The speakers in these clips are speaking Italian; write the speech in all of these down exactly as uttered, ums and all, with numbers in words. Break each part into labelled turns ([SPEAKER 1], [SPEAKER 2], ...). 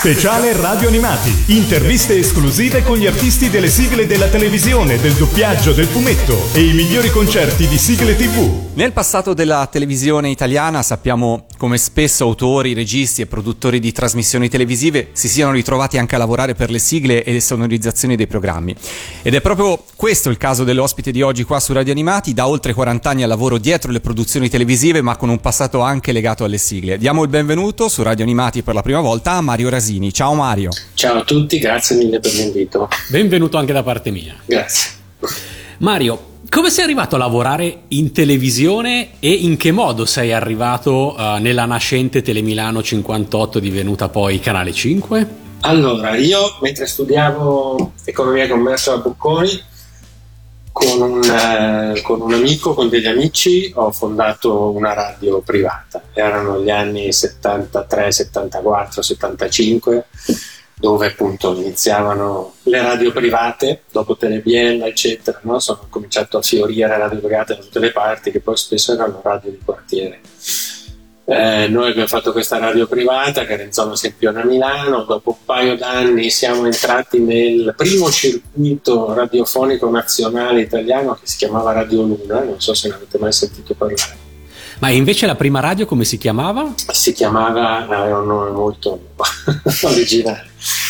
[SPEAKER 1] Speciale Radio Animati. Interviste esclusive con gli artisti delle sigle della televisione, del doppiaggio, del fumetto e i migliori concerti di sigle tivù.
[SPEAKER 2] Nel passato della televisione italiana sappiamo come spesso autori, registi e produttori di trasmissioni televisive si siano ritrovati anche a lavorare per le sigle e le sonorizzazioni dei programmi. Ed è proprio questo il caso dell'ospite di oggi qua su Radio Animati, da oltre quaranta anni al lavoro dietro le produzioni televisive, ma con un passato anche legato alle sigle. Diamo il benvenuto su Radio Animati per la prima volta a Mario Rasini. Ciao Mario.
[SPEAKER 3] Ciao a tutti, grazie mille per l'invito.
[SPEAKER 4] Benvenuto anche da parte mia.
[SPEAKER 3] Grazie.
[SPEAKER 4] Mario, come sei arrivato a lavorare in televisione e in che modo sei arrivato uh, nella nascente Telemilano cinquantotto, divenuta poi Canale cinque?
[SPEAKER 3] Allora, io mentre studiavo economia e commercio a Bocconi, con un, eh, con un amico, con degli amici, ho fondato una radio privata. Erano gli anni settantatré, settantaquattro, settantacinque, dove appunto iniziavano le radio private, dopo Telebiella, eccetera, no? Sono cominciato a fiorire radio private da tutte le parti, che poi spesso erano radio di quartiere. Eh, noi abbiamo fatto questa radio privata che era in zona Sempione a Milano. Dopo un paio d'anni siamo entrati nel primo circuito radiofonico nazionale italiano che si chiamava Radio Luna, non so se ne avete mai sentito parlare.
[SPEAKER 4] Ma invece la prima radio come si chiamava?
[SPEAKER 3] Si chiamava, aveva un nome molto originale,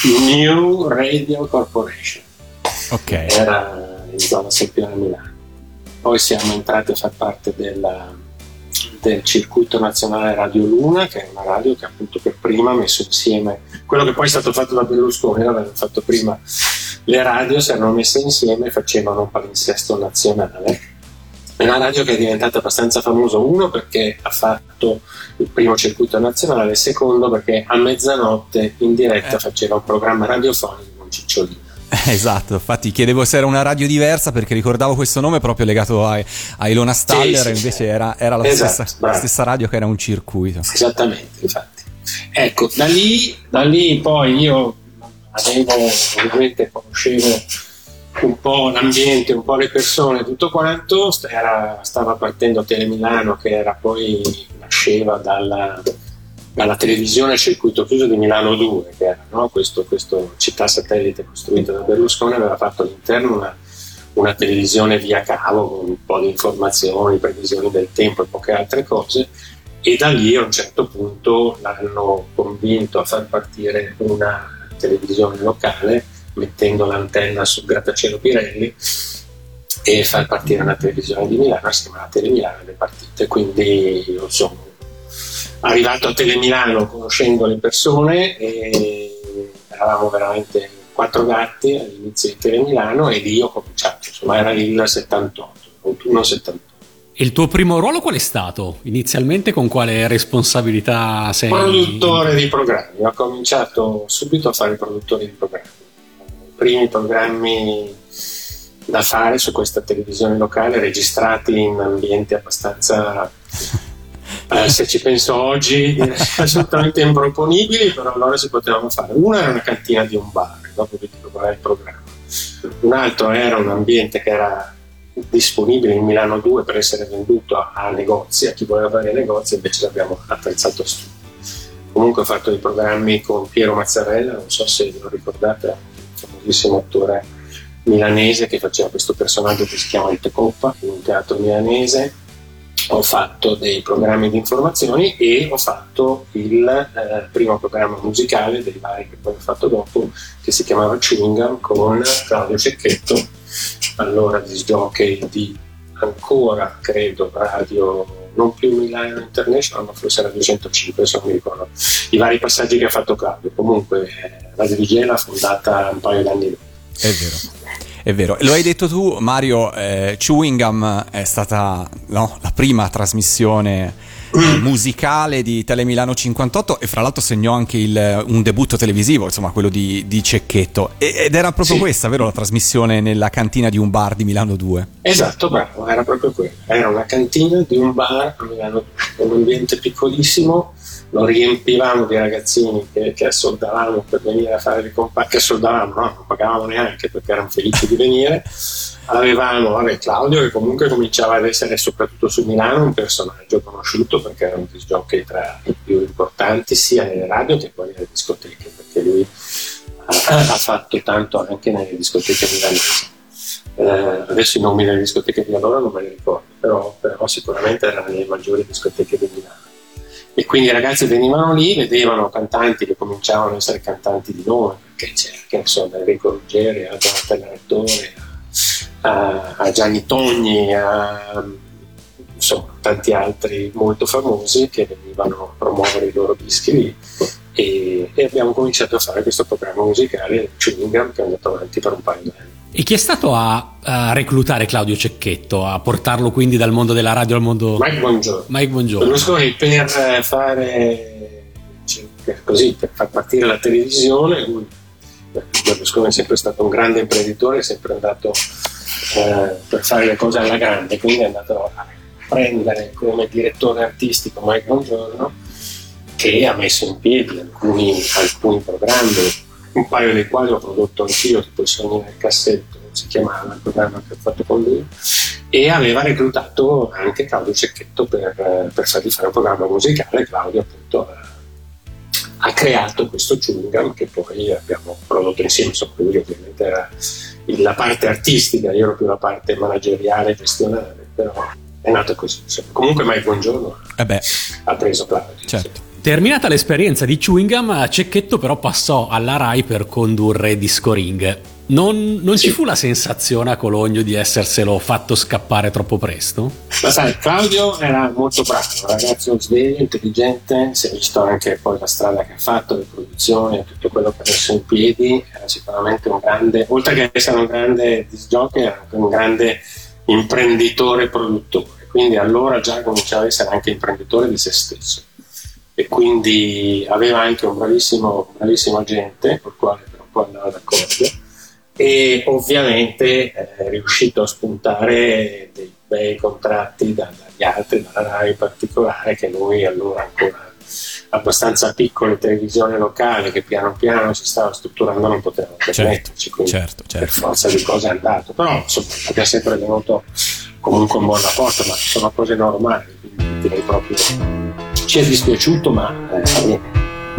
[SPEAKER 3] New Radio Corporation.
[SPEAKER 2] Ok.
[SPEAKER 3] Era in zona Sempione a Milano. Poi siamo entrati a far parte della del circuito nazionale Radio Luna, che è una radio che appunto per prima ha messo insieme quello che poi è stato fatto da Berlusconi. Avevano fatto prima le radio, si erano messe insieme e facevano un palinsesto nazionale. È una radio che è diventata abbastanza famosa, uno perché ha fatto il primo circuito nazionale, secondo perché a mezzanotte in diretta faceva un programma radiofonico con Cicciolina.
[SPEAKER 2] Esatto, infatti chiedevo se era una radio diversa perché ricordavo questo nome proprio legato a, a Ilona Staller, sì, sì, invece sì. Era, era la,
[SPEAKER 3] esatto,
[SPEAKER 2] stessa, la stessa radio che era un circuito.
[SPEAKER 3] Esattamente, infatti. Ecco, da lì, da lì poi io avevo, ovviamente conoscevo un po' l'ambiente, un po' le persone, tutto quanto. Era, stava partendo Telemilano, che era poi nasceva dalla... dalla televisione al circuito chiuso di Milano due, che era, no? questo, questo città satellite costruito da Berlusconi. Aveva fatto all'interno una, una televisione via cavo con un po' di informazioni, previsioni del tempo e poche altre cose, e da lì a un certo punto l'hanno convinto a far partire una televisione locale mettendo l'antenna sul grattacielo Pirelli e far partire una televisione di Milano, si chiamava Telemilano, e le partite. Quindi io sono arrivato a Telemilano conoscendo le persone e eravamo veramente quattro gatti all'inizio di Telemilano, e lì ho cominciato, insomma era il settantotto, autunno settantotto.
[SPEAKER 4] E il tuo primo ruolo qual è stato? Inizialmente con quale responsabilità sei?
[SPEAKER 3] Produttore di programmi. Ho cominciato subito a fare il produttore di programmi. I primi programmi da fare su questa televisione locale, registrati in ambienti abbastanza... Eh, se ci penso oggi assolutamente improponibili, però allora si potevano fare. Uno era una cantina di un bar, dopo vi dico qual è il programma. Un altro era un ambiente che era disponibile in Milano due per essere venduto a, a negozi, a chi voleva fare negozi, invece l'abbiamo attrezzato studio. Comunque ho fatto dei programmi con Piero Mazzarella, non so se lo ricordate, un famosissimo attore milanese che faceva questo personaggio che si chiama il Tecoppa in un teatro milanese. Ho fatto dei programmi di informazioni e ho fatto il eh, primo programma musicale dei vari che poi ho fatto dopo, che si chiamava Chewing Gum, con Claudio Cecchetto, allora disc jockey di ancora credo radio non più Milano International, ma forse Radio centocinque, adesso non mi ricordo i vari passaggi che ha fatto Claudio. Comunque eh, Radio D J l'ha fondata un paio d'anni dopo.
[SPEAKER 2] È vero. È vero, lo hai detto tu Mario, eh, Chewing Gum è stata no, la prima trasmissione eh, musicale di Telemilano cinquantotto, e fra l'altro segnò anche il, un debutto televisivo, insomma quello di, di Cecchetto, e, ed era proprio sì. Questa, vero, la trasmissione nella cantina di un bar di Milano due?
[SPEAKER 3] Esatto, bravo, era proprio quella, era una cantina di un bar a Milano due, un ambiente piccolissimo. Lo riempivamo di ragazzini che, che assoldavamo per venire a fare le compatte, che assoldavamo, no, non pagavamo neanche perché erano felici di venire. Avevamo vabbè, Claudio, che comunque cominciava ad essere, soprattutto su Milano, un personaggio conosciuto perché era un disc jockey tra i più importanti sia nelle radio che poi nelle discoteche, perché lui ha fatto tanto anche nelle discoteche milanesi. Eh, adesso i nomi delle discoteche di allora non me li ricordo, però, però sicuramente erano le maggiori discoteche di Milano. E quindi i ragazzi venivano lì, vedevano cantanti che cominciavano ad essere cantanti di nome, perché c'era, che ne so, da Enrico Ruggeri a Donatella Rettore, a, a Gianni Togni, a insomma tanti altri molto famosi che venivano a promuovere i loro dischi lì. E, e abbiamo cominciato a fare questo programma musicale Chewing Gum, che è andato avanti per un paio di anni.
[SPEAKER 4] E chi è stato a, a reclutare Claudio Cecchetto, a portarlo quindi dal mondo della radio al mondo...
[SPEAKER 3] Mike Bongiorno.
[SPEAKER 4] Mike Bongiorno.
[SPEAKER 3] Berlusconi per fare cioè, così, per far partire la televisione. Lui, Berlusconi è sempre stato un grande imprenditore, è sempre andato eh, per fare le cose alla grande, quindi è andato a prendere come direttore artistico Mike Bongiorno, che ha messo in piedi alcuni, alcuni programmi, un paio dei quali ho prodotto anch'io, tipo I Sogni nel cassetto, si chiamava il programma che ho fatto con lui, e aveva reclutato anche Claudio Cecchetto per, per fargli fare un programma musicale. Claudio appunto ha, ha creato questo Chewing Gum che poi abbiamo prodotto insieme, insomma lui ovviamente era la parte artistica, io ero più la parte manageriale e gestionale, però è nato così. Insomma. Comunque Mike Bongiorno
[SPEAKER 2] eh beh.
[SPEAKER 3] ha preso Claudio.
[SPEAKER 2] Certo.
[SPEAKER 3] Sì.
[SPEAKER 4] Terminata l'esperienza di Chewing Gum, Cecchetto però passò alla Rai per condurre Disco Ring. Non, non
[SPEAKER 3] sì.
[SPEAKER 4] ci fu la sensazione a Cologno di esserselo fatto scappare troppo presto?
[SPEAKER 3] Ma sai, Claudio era molto bravo, un ragazzo sveglio, intelligente, si è visto anche poi la strada che ha fatto, le produzioni, tutto quello che ha messo in piedi, era sicuramente un grande, oltre che essere un grande disc jockey, era anche un grande imprenditore produttore, quindi allora già cominciava ad essere anche imprenditore di se stesso. E quindi aveva anche un bravissimo, bravissimo agente col quale però poi andava d'accordo, e ovviamente è riuscito a spuntare dei bei contratti da, dagli altri, dalla Rai in particolare, che noi allora ancora abbastanza piccole televisione locale che piano piano si stava strutturando non potevamo permetterci,
[SPEAKER 2] certo, certo, certo.
[SPEAKER 3] per forza di cose è andato, però insomma abbiamo sempre venuto comunque un buon rapporto, ma sono cose normali, quindi direi proprio ci è dispiaciuto, ma eh, va bene.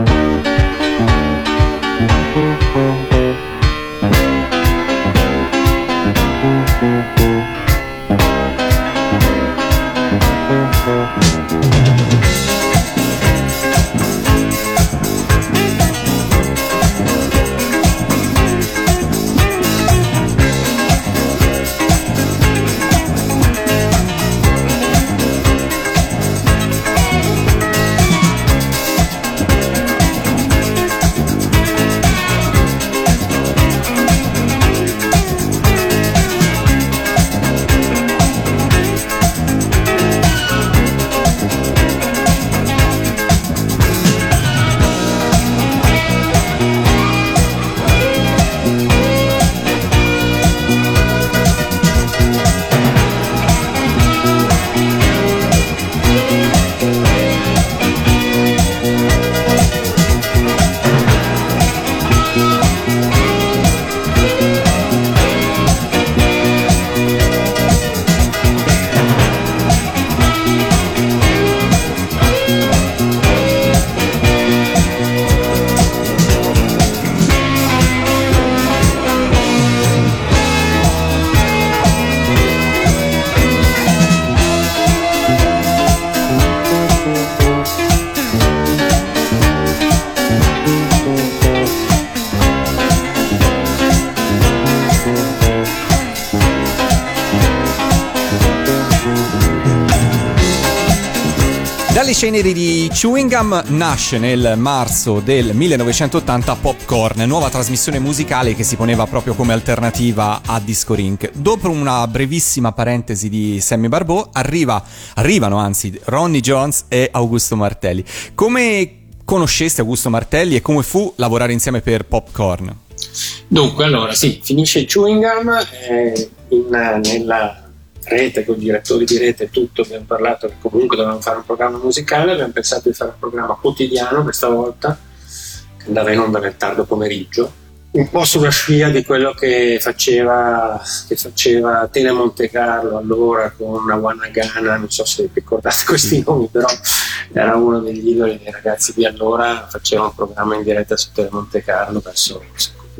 [SPEAKER 2] Dalle ceneri di Chewing Gum nasce nel marzo del millenovecentottanta Popcorn, nuova trasmissione musicale che si poneva proprio come alternativa a Disco Ring. Dopo una brevissima parentesi di Sammy Barbot arriva, arrivano anzi Ronnie Jones e Augusto Martelli. Come conosceste Augusto Martelli e come fu lavorare insieme per Popcorn?
[SPEAKER 3] Dunque, allora sì, finisce il Chewing Gum eh, in, nella rete, con i direttori di rete e tutto, abbiamo parlato che comunque dovevamo fare un programma musicale, abbiamo pensato di fare un programma quotidiano questa volta, che andava in onda nel tardo pomeriggio, un po' sulla scia di quello che faceva che faceva Tele Monte Carlo allora con Wanagana, non so se ricordate questi nomi, però era uno degli idoli dei ragazzi di allora, faceva un programma in diretta su Tele Monte Carlo verso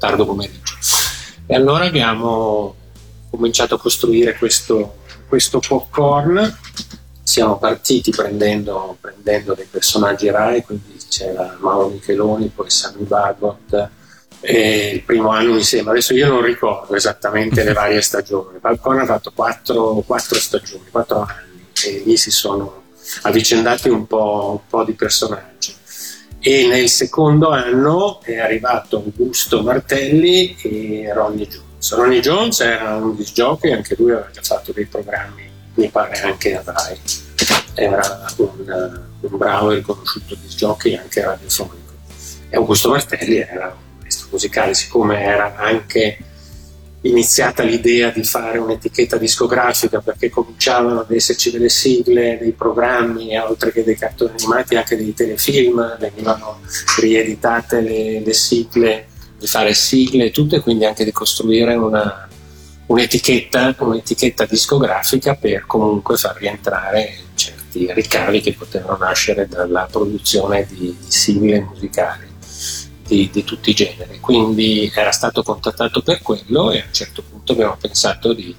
[SPEAKER 3] tardo pomeriggio. E allora abbiamo cominciato a costruire questo, questo popcorn. Siamo partiti prendendo, prendendo dei personaggi Rai, quindi c'era Mauro Micheloni, poi Sammy Bagot, e il primo anno mi sembra, adesso io non ricordo esattamente le varie stagioni. Popcorn ha fatto quattro, quattro stagioni, quattro anni, e lì si sono avvicendati un po', un po' di personaggi. E nel secondo anno è arrivato Augusto Martelli e Ronnie Jones. Ronnie Jones era un disc jockey, anche lui aveva già fatto dei programmi, mi pare anche a Rai. Era un, un bravo e riconosciuto disc jockey anche radiofonico. E Augusto Martelli era un maestro musicale, siccome era anche iniziata l'idea di fare un'etichetta discografica, perché cominciavano ad esserci delle sigle, dei programmi, oltre che dei cartoni animati anche dei telefilm, venivano rieditate le, le sigle, di fare sigle e tutto, e quindi anche di costruire una, un'etichetta, un'etichetta discografica per comunque far rientrare certi ricavi che potevano nascere dalla produzione di, di sigle musicali Di, di tutti i generi. Quindi era stato contattato per quello, e a un certo punto abbiamo pensato di,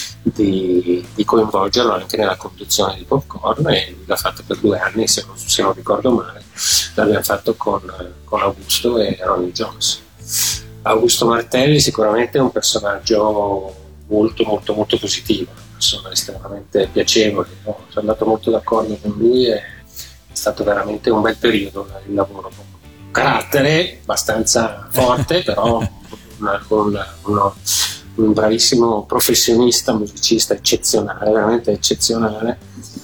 [SPEAKER 3] di, di coinvolgerlo anche nella conduzione di Popcorn, e lui l'ha fatto per due anni, se non, se non ricordo male, l'abbiamo fatto con, con Augusto e Ronnie Jones. Augusto Martelli sicuramente è un personaggio molto molto molto positivo, una persona estremamente piacevole. Io sono andato molto d'accordo con lui, e è stato veramente un bel periodo il lavoro con lui. Carattere abbastanza forte, però una, una, uno, un bravissimo professionista, musicista eccezionale, veramente eccezionale,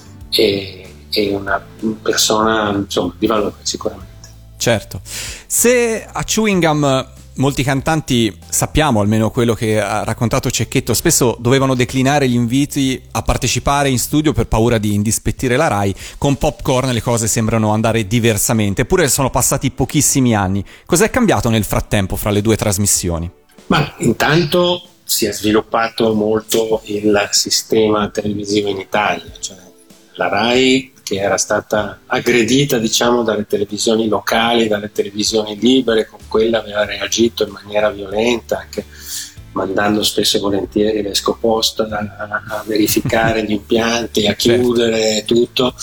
[SPEAKER 3] e, e una persona, insomma, di valore sicuramente.
[SPEAKER 2] Certo. Se a Chewing Gum molti cantanti, sappiamo almeno quello che ha raccontato Cecchetto, spesso dovevano declinare gli inviti a partecipare in studio per paura di indispettire la Rai, con Popcorn le cose sembrano andare diversamente, eppure sono passati pochissimi anni. Cos'è cambiato nel frattempo fra le due trasmissioni?
[SPEAKER 3] Ma intanto si è sviluppato molto il sistema televisivo in Italia, cioè la Rai, che era stata aggredita, diciamo, dalle televisioni locali, dalle televisioni libere, con quella aveva reagito in maniera violenta, anche mandando spesso e volentieri l'Escopost a, a verificare gli impianti, a chiudere tutto.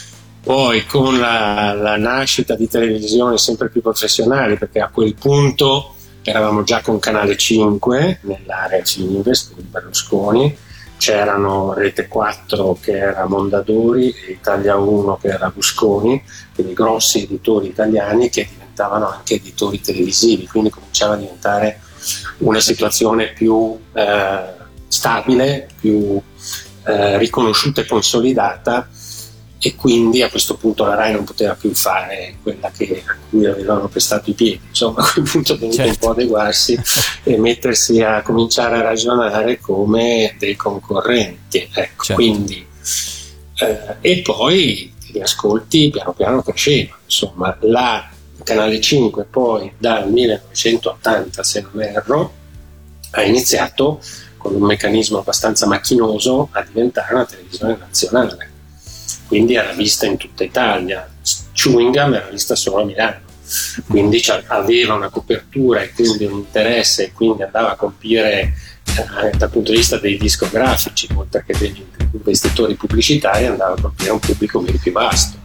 [SPEAKER 3] Poi con la, la nascita di televisioni sempre più professionali, perché a quel punto eravamo già con Canale cinque nell'area Fininvest di Berlusconi, c'erano Rete quattro che era Mondadori e Italia uno che era Busconi, quindi grossi editori italiani che diventavano anche editori televisivi, quindi cominciava a diventare una situazione più eh, stabile, più eh, riconosciuta e consolidata, e quindi a questo punto la Rai non poteva più fare quella che, a cui avevano pestato i piedi, insomma a quel punto doveva certo. un po' adeguarsi e mettersi a cominciare a ragionare come dei concorrenti, ecco, certo. quindi eh, e poi gli ascolti piano piano crescevano, insomma la Canale cinque poi dal millenovecentottanta, se non erro, ha iniziato con un meccanismo abbastanza macchinoso a diventare una televisione nazionale, quindi era vista in tutta Italia. Chewing Gum era vista solo a Milano, quindi aveva una copertura e quindi un interesse, e quindi andava a colpire eh, dal punto di vista dei discografici, oltre che degli investitori pubblicitari, andava a colpire un pubblico ben più vasto.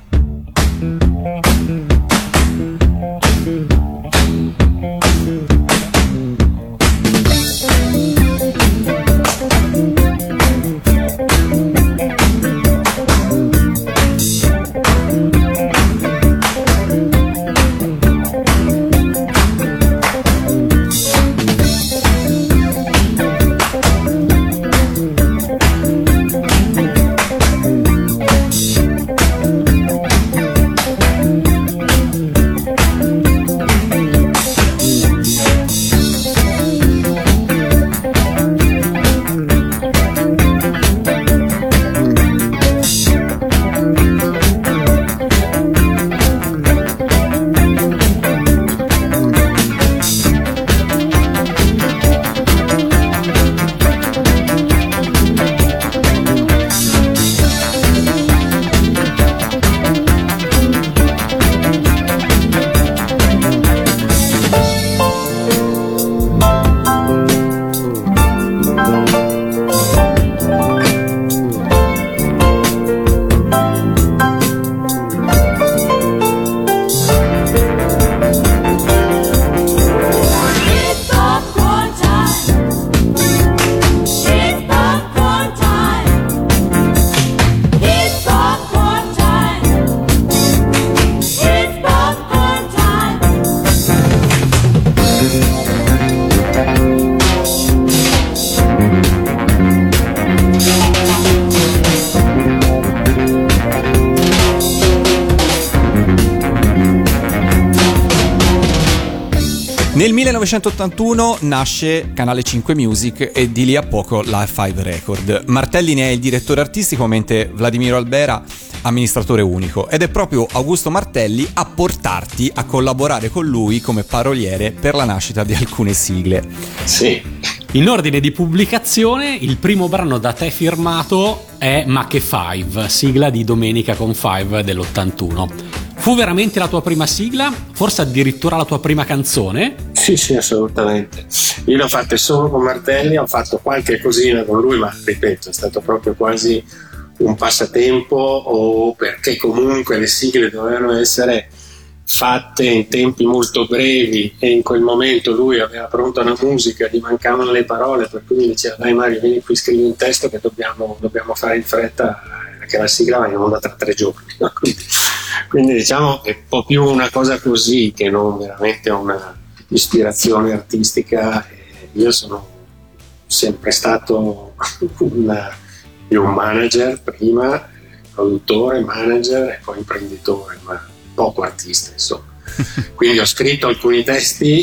[SPEAKER 2] Nel millenovecentottantuno nasce Canale cinque Music e di lì a poco la Five Record. Martelli ne è il direttore artistico, mentre Vladimiro Albera amministratore unico, ed è proprio Augusto Martelli a portarti a collaborare con lui come paroliere per la nascita di alcune sigle.
[SPEAKER 3] Sì.
[SPEAKER 4] In ordine di pubblicazione, il primo brano da te firmato è Ma che Five, sigla di Domenica con Five dell'ottantuno. Fu veramente la tua prima sigla? Forse addirittura la tua prima canzone?
[SPEAKER 3] Sì, sì, assolutamente. Io le ho fatte solo con Martelli, ho fatto qualche cosina con lui, ma ripeto, è stato proprio quasi un passatempo, o perché comunque le sigle dovevano essere fatte in tempi molto brevi e in quel momento lui aveva pronta una musica, gli mancavano le parole, per cui mi diceva: dai Mario, vieni qui, scrivi un testo che dobbiamo, dobbiamo fare in fretta, che la sigla va in onda tra tre giorni. No? Quindi, quindi diciamo che è un po' più una cosa così che non veramente una ispirazione artistica. Io sono sempre stato una più un manager prima, produttore, manager e poi imprenditore, ma poco artista, insomma. Quindi ho scritto alcuni testi,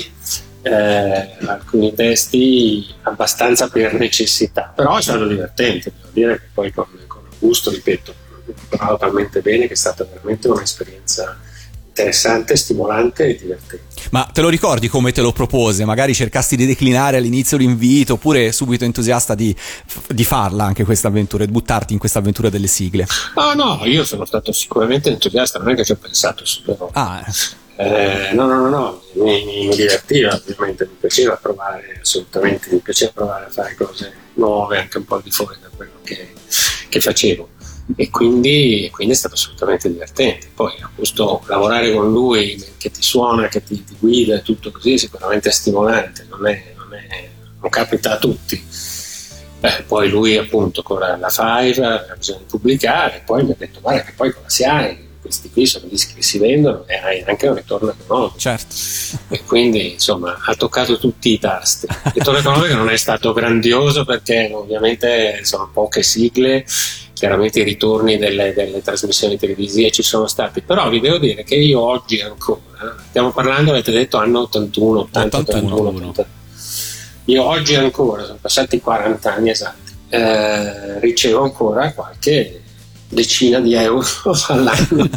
[SPEAKER 3] eh, alcuni testi abbastanza per necessità, però è stato divertente, devo dire che poi con, con Augusto, ripeto, ho parlato talmente bene che è stata veramente un'esperienza interessante, stimolante e divertente.
[SPEAKER 2] Ma te lo ricordi come te lo propose? Magari cercasti di declinare all'inizio l'invito, oppure subito entusiasta di, di farla anche questa avventura, di buttarti in questa avventura delle sigle?
[SPEAKER 3] No, no, io sono stato sicuramente entusiasta, non è che ci ho pensato subito.
[SPEAKER 2] Ah.
[SPEAKER 3] Eh, no, no, no, no, mi, mi, mi divertiva, ovviamente mi piaceva provare, assolutamente mi piaceva provare a fare cose nuove, anche un po' di fuori da quello che, che facevo. E quindi, quindi è stato assolutamente divertente. Poi giusto lavorare con lui che ti suona, che ti, ti guida e tutto così, sicuramente è stimolante, non, è, non, è, non capita a tutti. Eh, poi lui appunto con la, la Five aveva bisogno di pubblicare, poi mi ha detto: guarda che poi con la S I A I questi qui sono dischi che si vendono e hai anche un ritorno economico.
[SPEAKER 2] Certo.
[SPEAKER 3] E quindi insomma ha toccato tutti i tasti. Il ritorno economico non è stato grandioso perché ovviamente sono poche sigle, chiaramente i ritorni delle, delle trasmissioni televisive ci sono stati, però vi devo dire che io oggi ancora, stiamo parlando, avete detto anno ottantuno, ottanta, ottantuno, ottanta, io oggi ancora, sono passati quaranta anni esatti, eh, ricevo ancora qualche decina di euro all'anno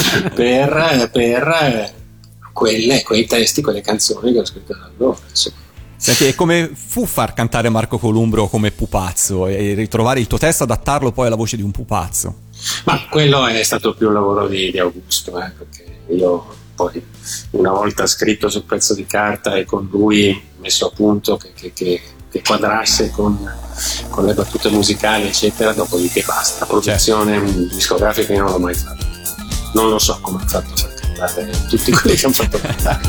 [SPEAKER 3] per, per quelle, quei testi, quelle canzoni che ho scritto da allora, insomma.
[SPEAKER 2] Senti, e come fu far cantare Marco Columbro come pupazzo e ritrovare il tuo testo, adattarlo poi alla voce di un pupazzo?
[SPEAKER 3] Ma quello è stato più un lavoro di, di Augusto, eh, perché io poi una volta scritto sul pezzo di carta e con lui messo a punto che, che, che, che quadrasse con, con le battute musicali eccetera, dopodiché basta. La produzione certo. discografica io non l'ho mai fatto, non lo so come ho fatto per cantare tutti quelli che hanno fatto cantare.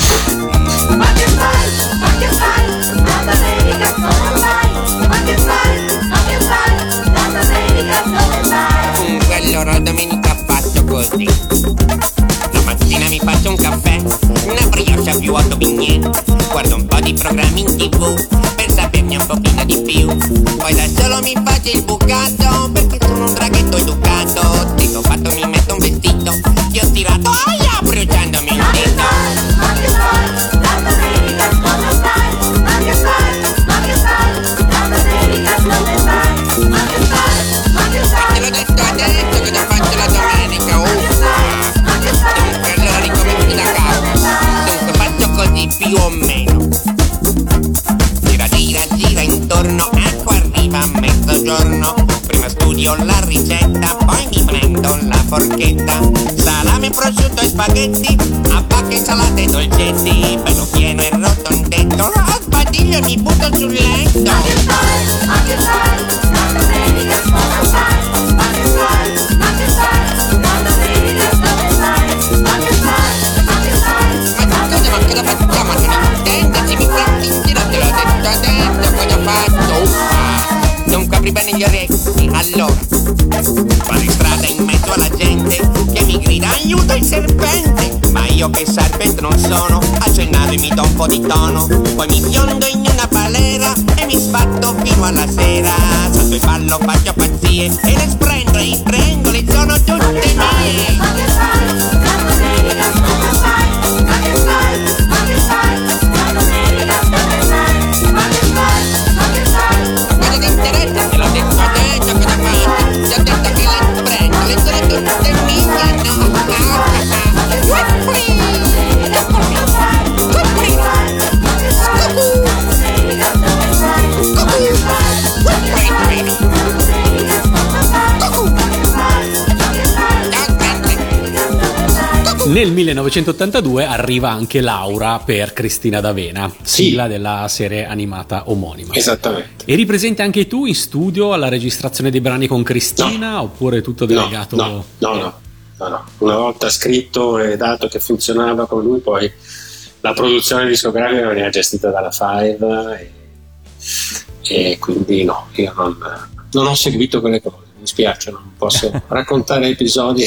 [SPEAKER 5] Ma che fai? Ma che fai? La domenica come vai? Ma che fai? Ma che fai? La domenica come vai?
[SPEAKER 6] Allora la domenica faccio così. La mattina mi faccio un caffè, una brioche più otto bignè. Guardo un po' di programmi in tv per sapermi un pochino di più. Poi da solo mi faccio il bucato perché sono un draghetto educato. Detto fatto mi metto un vestito, ti ho tirato aia bruciandomi un dito.
[SPEAKER 5] Ma che fai? La domenica come fai? Ma che fai? Ma che fai? La domenica come fai? Ma che fai? Ma che fai?
[SPEAKER 6] Te l'ho detto adesso cosa faccio la domenica, uffa. Dunque allora ricominci da capo. Dunque faccio così più o meno. Gira gira gira intorno, ecco arriva a mezzogiorno. Prima studio la ricetta, poi mi prendo la forchetta. Salame, prosciutto e spaghetti, a pacche, insalate e dolcetti. Bello pieno e rotondetto, a sbadiglio mi butto sul letto.
[SPEAKER 5] Ma che fai? Ma che fai? La domenica come fai? Ma che fai? Ma che fai? La domenica come fai? Ma che fai? Ma che fai?
[SPEAKER 6] Ma scusa, ma cosa facciamo? Non intendo, se mi prendi in giro te l'ho detto adesso, cosa faccio? Uffa! Dunque apri bene gli orecchi, allora fare strada in mezzo alla gente che mi grida aiuto il serpente. Ma io che serpente non sono, accennare mi do un po' di tono. Poi mi fiondo in una balera e mi sbatto fino alla sera. Salto e ballo, faccio pazzie e le sprendo, i triangoli sono tutte mie.
[SPEAKER 5] Ma che fai? La domenica come fai? Ma che fai? Ma che fai?
[SPEAKER 4] Nel millenovecentottantadue arriva anche Laura per Cristina D'Avena, sigla
[SPEAKER 3] Sì.
[SPEAKER 4] della serie animata omonima.
[SPEAKER 3] Esattamente.
[SPEAKER 4] Eri presente anche tu in studio alla registrazione dei brani con Cristina, oppure tutto delegato?
[SPEAKER 3] No, no, no, no, no, no. Una volta scritto e dato che funzionava con lui, poi la produzione discografica veniva gestita dalla Five e, e quindi no, io non, non ho seguito quelle cose, mi spiace, non posso raccontare episodi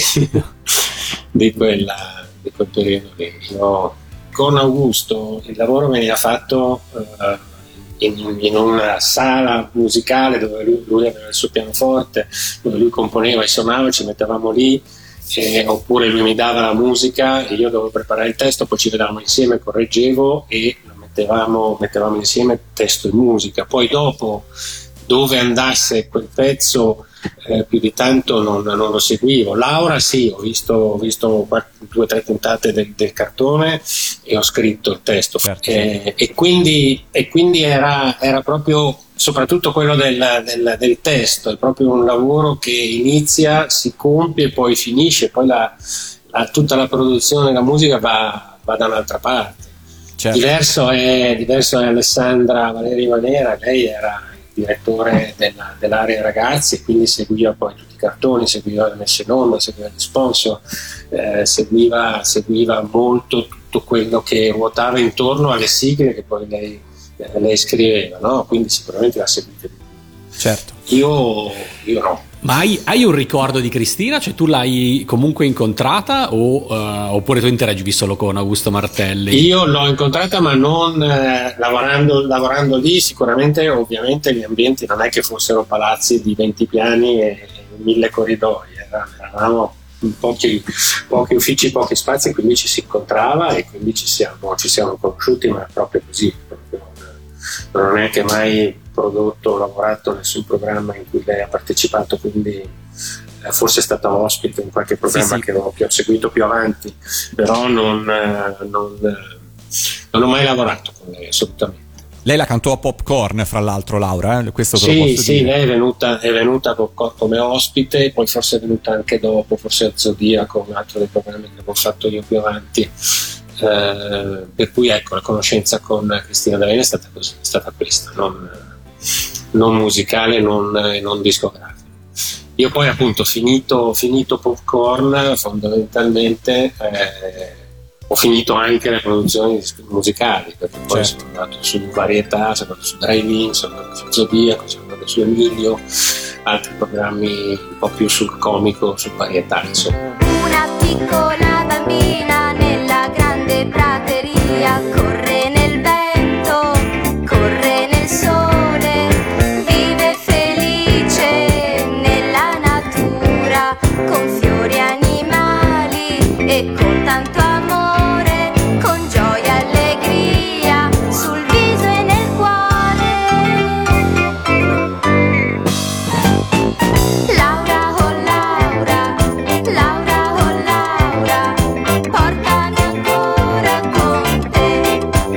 [SPEAKER 3] di, quella, di quel periodo lì. Io, con Augusto il lavoro veniva fatto eh, in, in una sala musicale dove lui, lui aveva il suo pianoforte, dove lui componeva e suonava, ci mettevamo lì, eh, oppure lui mi dava la musica e io dovevo preparare il testo, poi ci vedevamo insieme, correggevo e lo mettevamo, mettevamo insieme testo e musica. Poi dopo, dove andasse quel pezzo, eh, più di tanto non, non lo seguivo. Laura sì, ho visto, ho visto quattro, due o tre puntate del, del cartone e ho scritto il testo.
[SPEAKER 2] Certo.
[SPEAKER 3] Eh, e quindi, e quindi era, era proprio, soprattutto quello del, del, del testo, è proprio un lavoro che inizia, si compie e poi finisce, poi la, la, tutta la produzione, la musica va, va da un'altra parte.
[SPEAKER 2] Certo.
[SPEAKER 3] Diverso è, diverso è Alessandra Valeri Manera, lei era il direttore della, dell'area ragazzi e quindi seguiva poi tutti i cartoni, seguiva le messe in onda, seguiva gli sponsor, eh, seguiva, seguiva molto tutto quello che ruotava intorno alle sigle che poi lei, eh, lei scriveva, no? Quindi sicuramente la seguite.
[SPEAKER 2] Certo.
[SPEAKER 3] Io, io no.
[SPEAKER 4] Ma hai, hai un ricordo di Cristina? Cioè tu l'hai comunque incontrata o, uh, oppure tu interagivi solo con Augusto Martelli?
[SPEAKER 3] Io l'ho incontrata ma non eh, lavorando, lavorando lì, sicuramente ovviamente gli ambienti non è che fossero palazzi di venti piani e mille corridoi, era, eravamo in pochi, pochi uffici, pochi spazi, quindi ci si incontrava e quindi ci siamo, ci siamo conosciuti, ma proprio così, proprio, non ho neanche mai prodotto o lavorato nessun programma in cui lei ha partecipato, quindi eh, forse è stata ospite in qualche programma
[SPEAKER 2] Sì, sì.
[SPEAKER 3] Che, ho, che ho seguito più avanti, però non, eh, non, eh, non ho mai lavorato con lei assolutamente.
[SPEAKER 2] Lei la cantò a Popcorn, fra l'altro, Laura, eh? Questo te lo
[SPEAKER 3] Sì,
[SPEAKER 2] posso
[SPEAKER 3] sì,
[SPEAKER 2] dire.
[SPEAKER 3] lei è venuta, è venuta co- co- come ospite, poi forse è venuta anche dopo, forse a Zodiaco, un altro dei programmi che avevo fatto io più avanti. Eh, per cui ecco, la conoscenza con Cristina D'Avena è stata, così, è stata questa, non, non musicale, non, non discografica. Io poi appunto finito, finito Popcorn fondamentalmente eh, ho finito anche le produzioni musicali, perché poi
[SPEAKER 2] Certo.
[SPEAKER 3] sono andato su Varietà, sono andato su Drive-In, sono andato su Zodiaco, sono andato su Emilio, altri programmi un po' più sul comico, sul varietà, insomma.
[SPEAKER 5] Una piccola bambina nella grande prateria corre nel vento, corre nel sole, vive felice nella natura, con fiori e animali e con tanto amore, con gioia e allegria sul viso e nel cuore. Laura, oh Laura, Laura, oh Laura, portami ancora con te.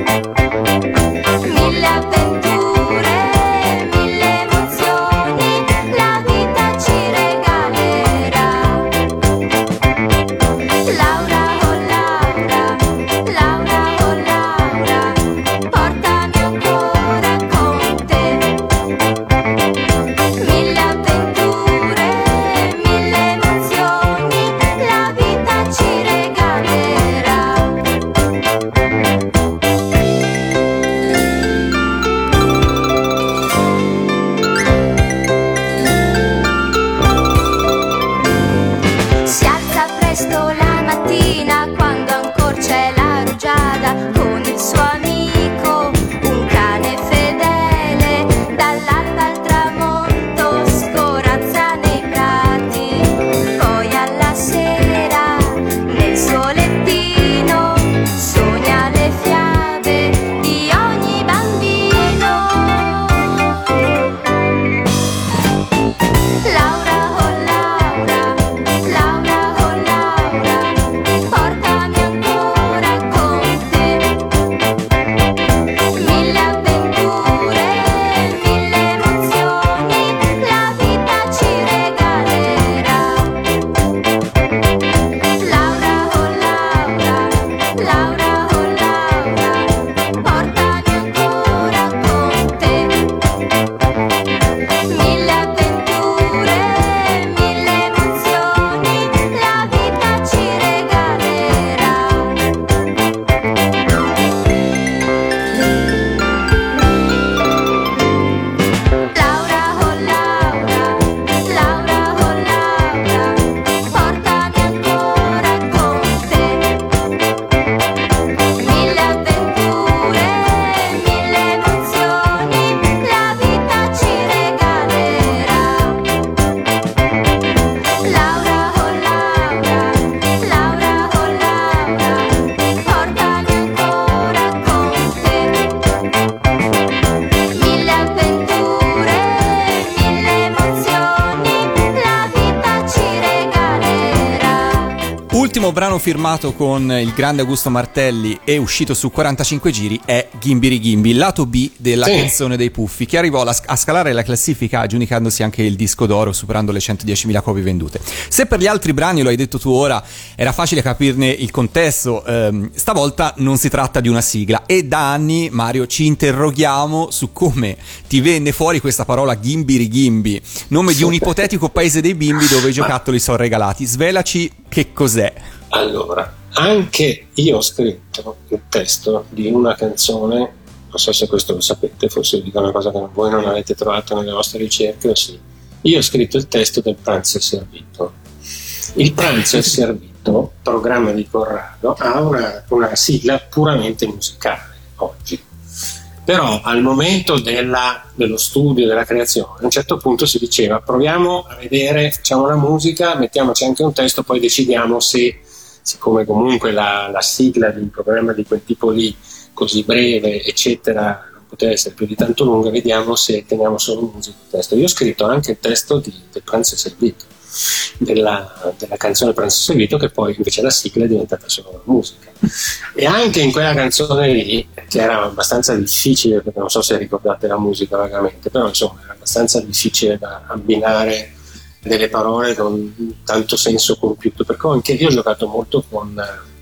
[SPEAKER 2] L'ultimo brano firmato con il grande Augusto Martelli e uscito su quarantacinque giri è Gimbiri Gimbi, lato B della
[SPEAKER 3] Sì.
[SPEAKER 2] canzone dei Puffi, che arrivò alla- a scalare la classifica aggiudicandosi anche il disco d'oro, superando le centodiecimila copie vendute. Se per gli altri brani, lo hai detto tu ora, era facile capirne il contesto, ehm, stavolta non si tratta di una sigla e da anni, Mario, ci interroghiamo su come ti venne fuori questa parola Gimbiri Gimbi, nome di un ipotetico paese dei bimbi dove i giocattoli sono regalati. Svelaci che cos'è.
[SPEAKER 3] Allora, anche io ho scritto il testo di una canzone, non so se questo lo sapete, forse vi dico una cosa che voi non avete trovato nelle vostre ricerche, o sì. Io ho scritto il testo del Pranzo è servito. Il Pranzo è servito, programma di Corrado, ha una, una sigla puramente musicale oggi. Però al momento della, dello studio, della creazione, a un certo punto si diceva proviamo a vedere, facciamo la musica, mettiamoci anche un testo, poi decidiamo se, siccome comunque la, la sigla di un programma di quel tipo lì, così breve, eccetera, non poteva essere più di tanto lunga, vediamo se teniamo solo musica e testo. Io ho scritto anche il testo di, del Pranzo è servito, della, della canzone Pranzo è servito, che poi invece la sigla è diventata solo la musica. E anche in quella canzone lì, che era abbastanza difficile, perché non so se ricordate la musica vagamente, però insomma era abbastanza difficile da abbinare delle parole con tanto senso compiuto, perché anche io ho giocato molto con,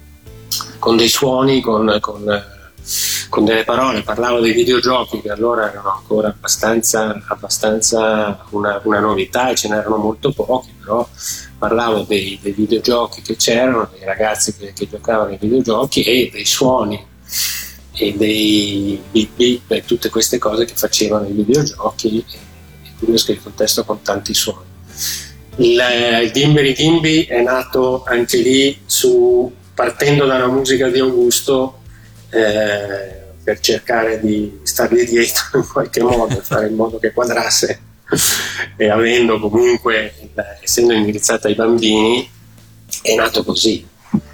[SPEAKER 3] con dei suoni, con, con, con delle parole. Parlavo dei videogiochi che allora erano ancora abbastanza, abbastanza una, una novità e ce n'erano molto pochi, però parlavo dei, dei videogiochi che c'erano, dei ragazzi che, che giocavano ai videogiochi e dei suoni e dei bip bip e tutte queste cose che facevano i videogiochi, e, e quindi ho scritto un testo con tanti suoni. Il, il Gimbiri Gimbi è nato anche lì su, partendo dalla musica di Augusto, eh, per cercare di stargli dietro in qualche modo e fare in modo che quadrasse, e avendo comunque, essendo indirizzata ai bambini, è nato così.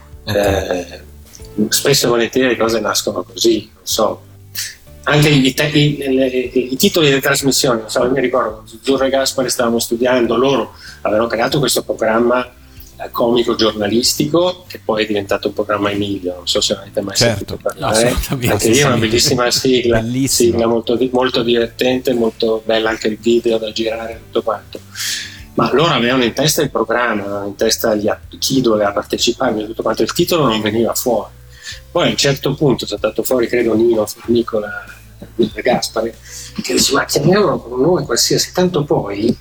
[SPEAKER 3] Eh, spesso e volentieri le cose nascono così, non so. Anche i, te- i, le, i titoli delle trasmissioni, non so, io mi ricordo, Zuzzurro e Gaspare stavamo studiando, loro avevano creato questo programma eh, comico giornalistico che poi è diventato un programma Emilio, non so se avete mai
[SPEAKER 2] Certo,
[SPEAKER 3] sentito parlare.
[SPEAKER 4] assolutamente,
[SPEAKER 3] Anche lì è una
[SPEAKER 4] sì.
[SPEAKER 3] bellissima sigla,
[SPEAKER 2] Bellissima.
[SPEAKER 3] sigla molto, di- molto divertente, molto bella, anche il video da girare e tutto quanto. Ma loro avevano in testa il programma, avevano in testa gli att- chi doveva partecipare e tutto quanto, il titolo non veniva fuori. Poi a un certo punto è saltato fuori, credo, Nino Fornicola e Gaspare, che dice ma chiamiamolo con un nome qualsiasi, tanto poi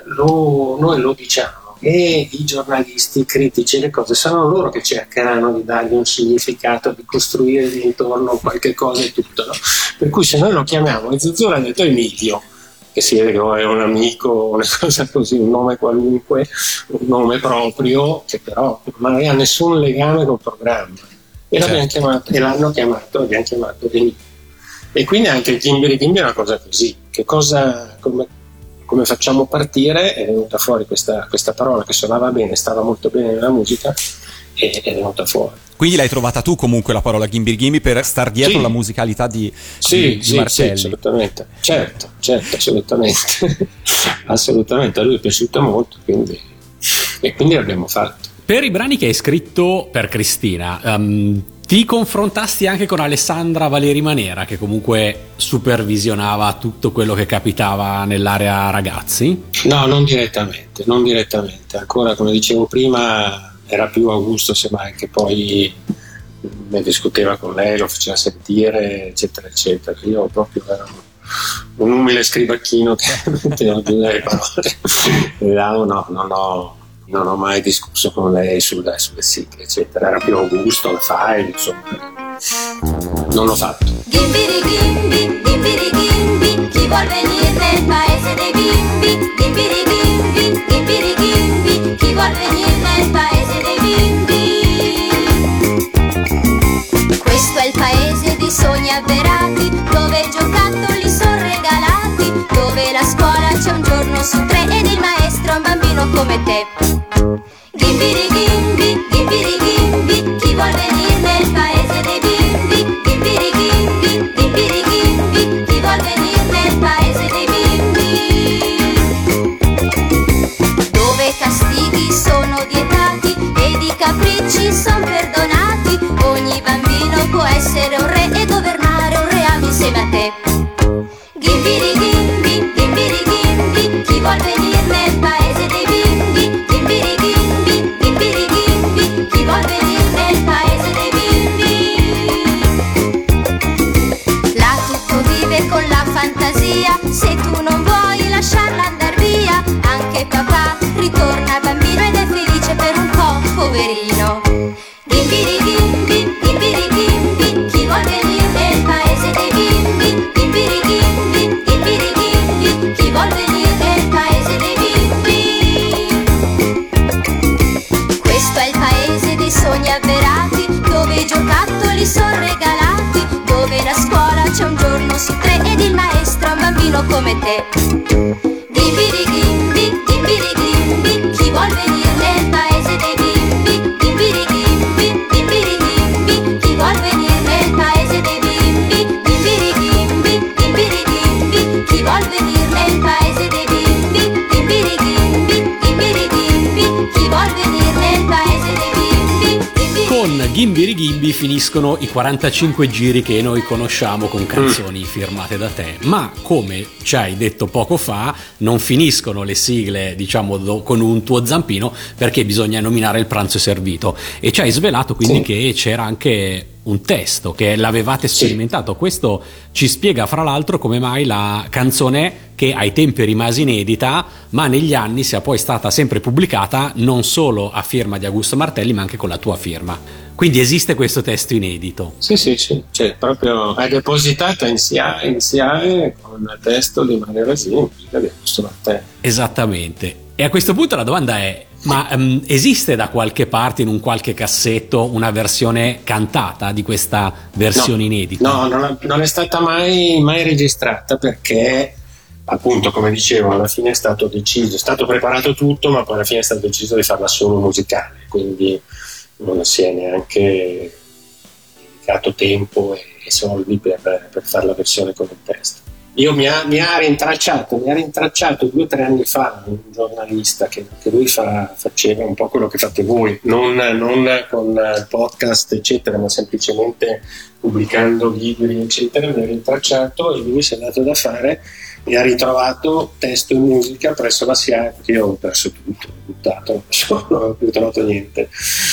[SPEAKER 3] lo, noi lo diciamo e i giornalisti, i critici, le cose saranno loro che cercheranno di dargli un significato, di costruire intorno qualche cosa e tutto, no? Per cui se noi lo chiamiamo, e Zuzzurro ha detto Emilio, che si vede che è un amico, una cosa così, un nome qualunque, un nome proprio, che però non aveva nessun legame col programma. E, l'abbiamo chiamato, e l'hanno chiamato, l'abbiamo chiamato Emilio. E quindi anche il Gimbiri Gimbi è una cosa così. Che cosa, come, come facciamo partire? È venuta fuori questa, questa parola che suonava bene, stava molto bene nella musica, e è venuta fuori.
[SPEAKER 2] Quindi l'hai trovata tu comunque la parola Gimbiri Gimbi per star dietro
[SPEAKER 3] Sì.
[SPEAKER 2] la musicalità di,
[SPEAKER 3] Sì,
[SPEAKER 2] di, di
[SPEAKER 3] sì, sì,
[SPEAKER 2] Martelli.
[SPEAKER 3] assolutamente. Certo, certo, assolutamente. Assolutamente, a lui è piaciuto molto, quindi, e quindi l'abbiamo fatto.
[SPEAKER 4] Per i brani che hai scritto per Cristina, um, ti confrontasti anche con Alessandra Valeri Manera, che comunque supervisionava tutto quello che capitava nell'area ragazzi?
[SPEAKER 3] No, non direttamente, non direttamente. Ancora, come dicevo prima, era più Augusto semmai che poi ne discuteva con lei, lo faceva sentire, eccetera, eccetera. Io proprio ero un umile scribacchino che metteva giù le parole. No, no, non ho, non ho mai discusso con lei sulle, sulle sigle, eccetera. Era più Augusto, la file, insomma. Non l'ho fatto.
[SPEAKER 5] Gimbiri Gimbi, Gimbiri Gimbi, chi vuol venire nel paese dei bimbi? Gimbiri Gimbi, Gimbiri Gimbi, chi vuol venire nel paese dei bimbi? Questo è il paese di sogni avverati, dove i giocattoli sono regalati, dove la scuola c'è un giorno su tre ed il maestro è un bambino come te. Gimbiri Gimbi, Gimbiri Gimbi, chi vuol venire nel paese dei bimbi? Gimbiri Gimbi, Gimbiri Gimbi, chi vuol venire nel paese dei bimbi? Dove i castighi sono vietati ed i capricci come te. Gimbiri Gimbi, Gimbiri Gimbi, chi vuol venire nel paese dei bimbi? Gimbiri Gimbi, Gimbiri Gimbi, chi vuol venire nel paese dei bimbi? Gimbiri Gimbi, Gimbiri Gimbi, chi vuol venire nel paese dei bimbi? Gimbiri Gimbi, Gimbiri Gimbi, chi vuol venire nel paese dei bimbi?
[SPEAKER 4] Con Gimbiri Gimbi finiscono i quarantacinque giri che noi conosciamo con canzoni firmate da te, ma come ci hai detto poco fa non finiscono le sigle, diciamo, do, con un tuo zampino, perché bisogna nominare il pranzo è servito, e ci hai svelato quindi sì. che c'era anche un testo, che l'avevate sperimentato. Sì. Questo ci spiega fra l'altro come mai la canzone, che ai tempi rimase inedita, ma negli anni sia poi stata sempre pubblicata non solo a firma di Augusto Martelli ma anche con la tua firma. Quindi esiste questo testo inedito?
[SPEAKER 3] Sì, sì, sì, cioè, proprio è depositata in S I A E, in S I A E con il testo di Mario Rasini, musica di Augusto Martelli.
[SPEAKER 4] Esattamente. E a questo punto la domanda è: ma um, esiste da qualche parte, in un qualche cassetto, una versione cantata di questa versione
[SPEAKER 3] no,
[SPEAKER 4] inedita?
[SPEAKER 3] No, non è, non è stata mai, mai registrata, perché appunto, come dicevo, alla fine è stato deciso, è stato preparato tutto, ma poi alla fine è stato deciso di farla solo musicale, quindi non si è neanche dedicato tempo e, e soldi per, per fare la versione con il testo. Io mi ha, mi ha rintracciato, mi ha rintracciato due o tre anni fa un giornalista che, che lui fa, faceva un po' quello che fate voi, non, non con podcast eccetera, ma semplicemente pubblicando libri eccetera. Mi ha rintracciato e lui si è dato da fare e ha ritrovato testo e musica presso la S I A E, perché io ho perso tutto, ho buttato, non ho più trovato niente,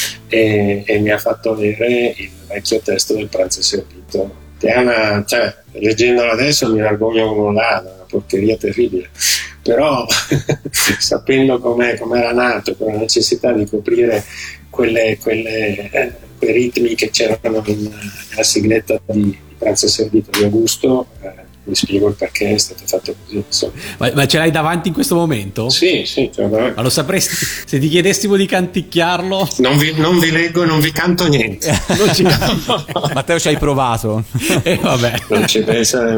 [SPEAKER 3] e, e mi ha fatto avere il vecchio testo del pranzo è servito. È una, cioè, leggendolo adesso mi vergogno come un ladro, è una porcheria terribile, però sapendo com'è, com'era nato, con la necessità di coprire quelle, quelle, eh, quei ritmi che c'erano in, nella sigletta di, di Pranzo è servito di Augusto, eh, mi spiego il perché è stato fatto così.
[SPEAKER 4] Ma, ma ce l'hai davanti in questo momento?
[SPEAKER 3] Sì, sì. Cioè,
[SPEAKER 4] ma lo sapresti se ti chiedessimo di canticchiarlo?
[SPEAKER 3] Non vi, non vi leggo, non vi canto niente.
[SPEAKER 4] Non ci canto.
[SPEAKER 2] Matteo, ci hai provato.
[SPEAKER 4] E eh, vabbè.
[SPEAKER 3] Non ci pensa.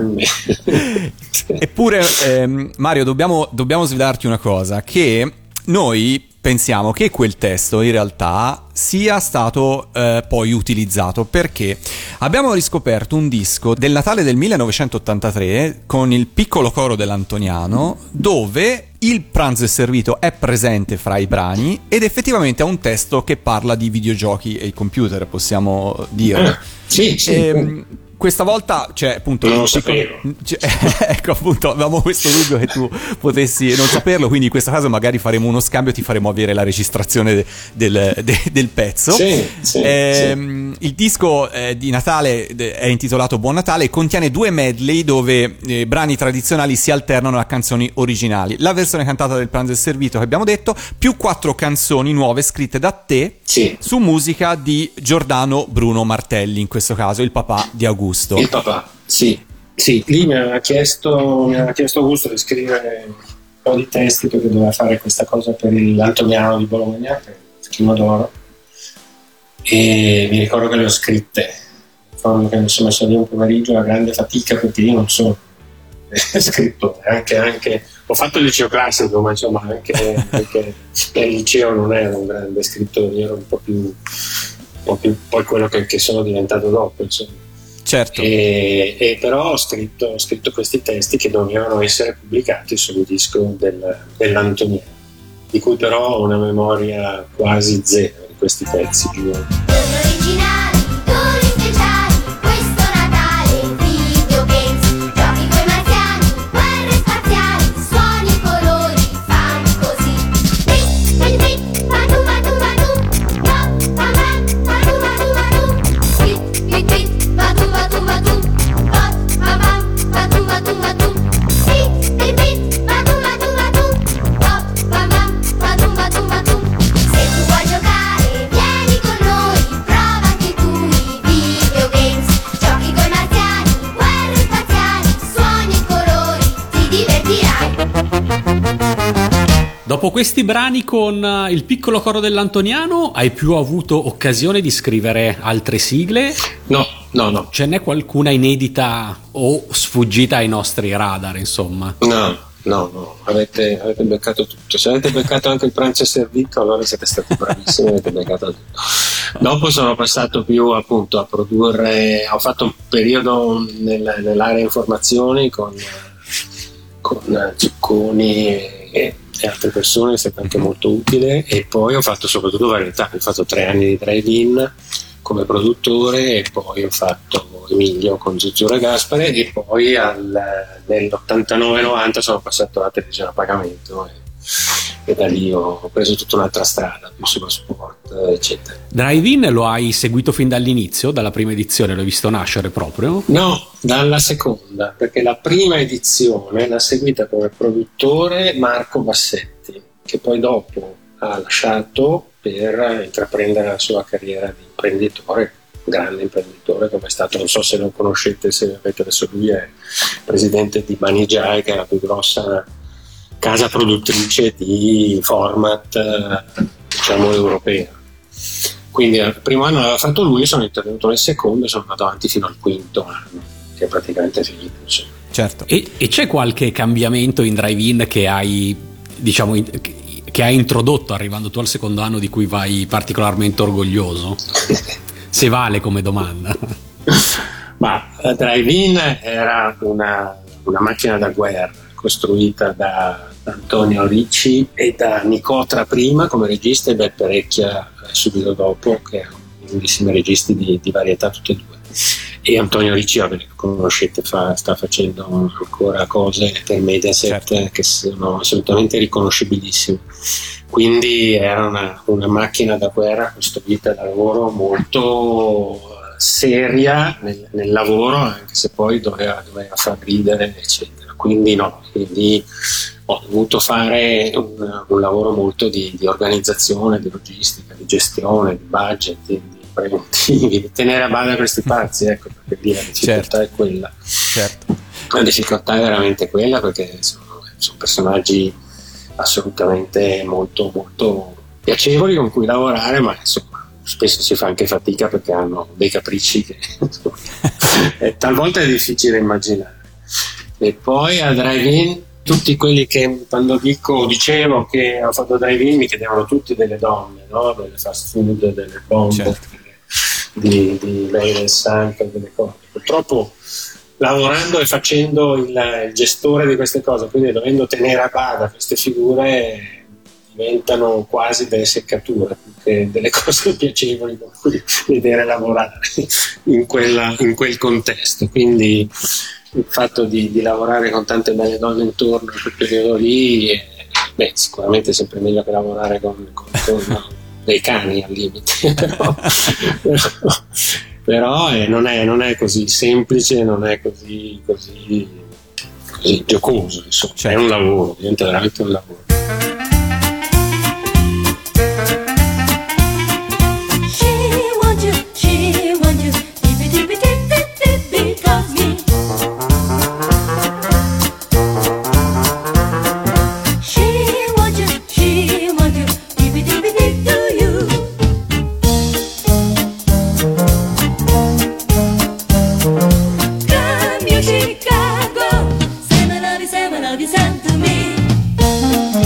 [SPEAKER 2] Eppure, ehm, Mario, dobbiamo, dobbiamo svelarti una cosa, che noi pensiamo che quel testo in realtà sia stato eh, poi utilizzato, perché abbiamo riscoperto un disco del Natale del millenovecentottantatré con il piccolo coro dell'Antoniano, dove il pranzo è servito è presente fra i brani ed effettivamente ha un testo che parla di videogiochi e il computer, possiamo dire.
[SPEAKER 3] Ah, sì, sì.
[SPEAKER 2] E, questa volta, cioè, appunto,
[SPEAKER 3] non lo sapevo.
[SPEAKER 2] Cioè, ecco, appunto, avevamo questo dubbio che tu potessi non saperlo, quindi in questo caso magari faremo uno scambio, ti faremo avere la registrazione de, del, de, del pezzo.
[SPEAKER 3] Sì, sì,
[SPEAKER 2] eh,
[SPEAKER 3] sì.
[SPEAKER 2] Il disco eh, di Natale è intitolato Buon Natale e contiene due medley dove eh, brani tradizionali si alternano a canzoni originali. La versione cantata del pranzo è servito che abbiamo detto, più quattro canzoni nuove scritte da te,
[SPEAKER 3] sì,
[SPEAKER 2] su musica di Giordano Bruno Martelli, in questo caso il papà di Augusto.
[SPEAKER 3] Il papà, sì, sì, lì mi aveva chiesto, mi aveva chiesto Augusto di scrivere un po' di testi perché doveva fare questa cosa per l'Antoniano di Bologna, per il Schimo d'Oro, e mi ricordo che le ho scritte, ricordo che mi sono messo lì un pomeriggio a grande fatica perché io non sono scrittore, anche, anche ho fatto il liceo classico, ma insomma anche, anche nel liceo non ero un grande scrittore, ero un po' più, un po' più poi quello che, che sono diventato dopo, insomma.
[SPEAKER 2] Certo.
[SPEAKER 3] E, e però ho scritto, ho scritto questi testi che dovevano essere pubblicati sul disco del, dell'Antoniano, di cui però ho una memoria quasi zero di questi pezzi. Giuro.
[SPEAKER 5] Originali, duri speciali, questo Natale, video games, giochi coi marziani, guerre spaziali, suoni e colori, fanno così. Bip, bip, bip, badu, badu, badu, bop, bam, bam, badu, badu, badu, bip, bip, bip, badu, badu, badu, bop, bam, bam, badu, badu, badu, bip, bip, bip, badu, badu, badu, bop, bam, bam, badu, badu, badu. Se tu vuoi giocare, vieni con noi, prova anche tu i videogames, giochi coi marziani, guerre spaziali, suoni e colori, ti divertirai.
[SPEAKER 4] Dopo questi brani con il piccolo coro dell'Antoniano, hai più avuto occasione di scrivere altre sigle?
[SPEAKER 3] No, No, no.
[SPEAKER 4] Ce n'è qualcuna inedita o sfuggita ai nostri radar, insomma?
[SPEAKER 3] No, no, no, avete, avete beccato tutto. Se avete beccato anche il pranzo servito, allora siete stati bravissimi, avete beccato tutto. Dopo sono passato più appunto a produrre, ho fatto un periodo nel, nell'area informazioni con, con Zucconi e, e altre persone, è stato anche molto utile, e poi ho fatto soprattutto varietà, ho fatto tre anni di drive-in come produttore, e poi ho fatto Emilio con Zuzzurro e Gaspare, e poi al, nell'ottantanove novanta sono passato alla televisione a pagamento, e, e da lì ho preso tutta un'altra strada, più sullo sport, eccetera.
[SPEAKER 4] Drive-in lo hai seguito fin dall'inizio, dalla prima edizione, l'hai visto nascere proprio?
[SPEAKER 3] No, dalla seconda, perché la prima edizione l'ha seguita come produttore Marco Bassetti, che poi dopo ha lasciato per intraprendere la sua carriera di imprenditore, grande imprenditore come è stato, non so se lo conoscete, se avete adesso, lui è presidente di Banijay, che è la più grossa casa produttrice di format, diciamo, europea. Quindi il primo anno l'aveva fatto lui, sono intervenuto nel secondo e sono andato avanti fino al quinto anno, che è praticamente finito, insomma.
[SPEAKER 2] Certo.
[SPEAKER 4] E, e c'è qualche cambiamento in drive-in che hai, diciamo, in, che hai introdotto arrivando tu al secondo anno, di cui vai particolarmente orgoglioso? Se vale come domanda.
[SPEAKER 3] Ma la drive-in era una, una macchina da guerra costruita da Antonio Ricci e da Nicotra prima come regista e Beppe Recchia subito dopo, che erano grandissimi registi di, di varietà tutti e due. E Antonio Ricci, vabbè, che conoscete, fa, sta facendo ancora cose per Mediaset, certo, che sono assolutamente riconoscibilissime. Quindi era una, una macchina da guerra costruita da loro, molto seria nel, nel lavoro, anche se poi doveva, doveva far ridere, eccetera. Quindi no, quindi ho dovuto fare un, un lavoro molto di, di organizzazione, di logistica, di gestione, di budget, di, di preventivi, di tenere a bada questi pazzi, ecco, perché lì la difficoltà, certo, è quella.
[SPEAKER 2] Certo.
[SPEAKER 3] La difficoltà è veramente quella, perché sono, sono personaggi assolutamente molto molto piacevoli con cui lavorare, ma insomma spesso si fa anche fatica perché hanno dei capricci che è, talvolta è difficile immaginare. E poi a drive-in, tutti quelli che, quando dico dicevo che ho fatto drive-in, mi chiedevano tutti delle donne, no? Delle fast food, delle bombe, certo, di, di lei del sangue, delle cose. Purtroppo lavorando e facendo il, il gestore di queste cose, quindi dovendo tenere a bada queste figure, diventano quasi delle seccature, delle cose piacevoli con cui vedere lavorare in, quella, in quel contesto. Quindi il fatto di, di lavorare con tante belle donne intorno in quel periodo lì, eh, beh, sicuramente è sempre meglio che lavorare con, con, con dei cani al limite, però, però, però eh, non, è, non è così semplice, non è così, così, così giocoso, insomma. Certo. È un lavoro, diventa veramente un lavoro.
[SPEAKER 7] Chicago, say my love, say my love, you sent to me.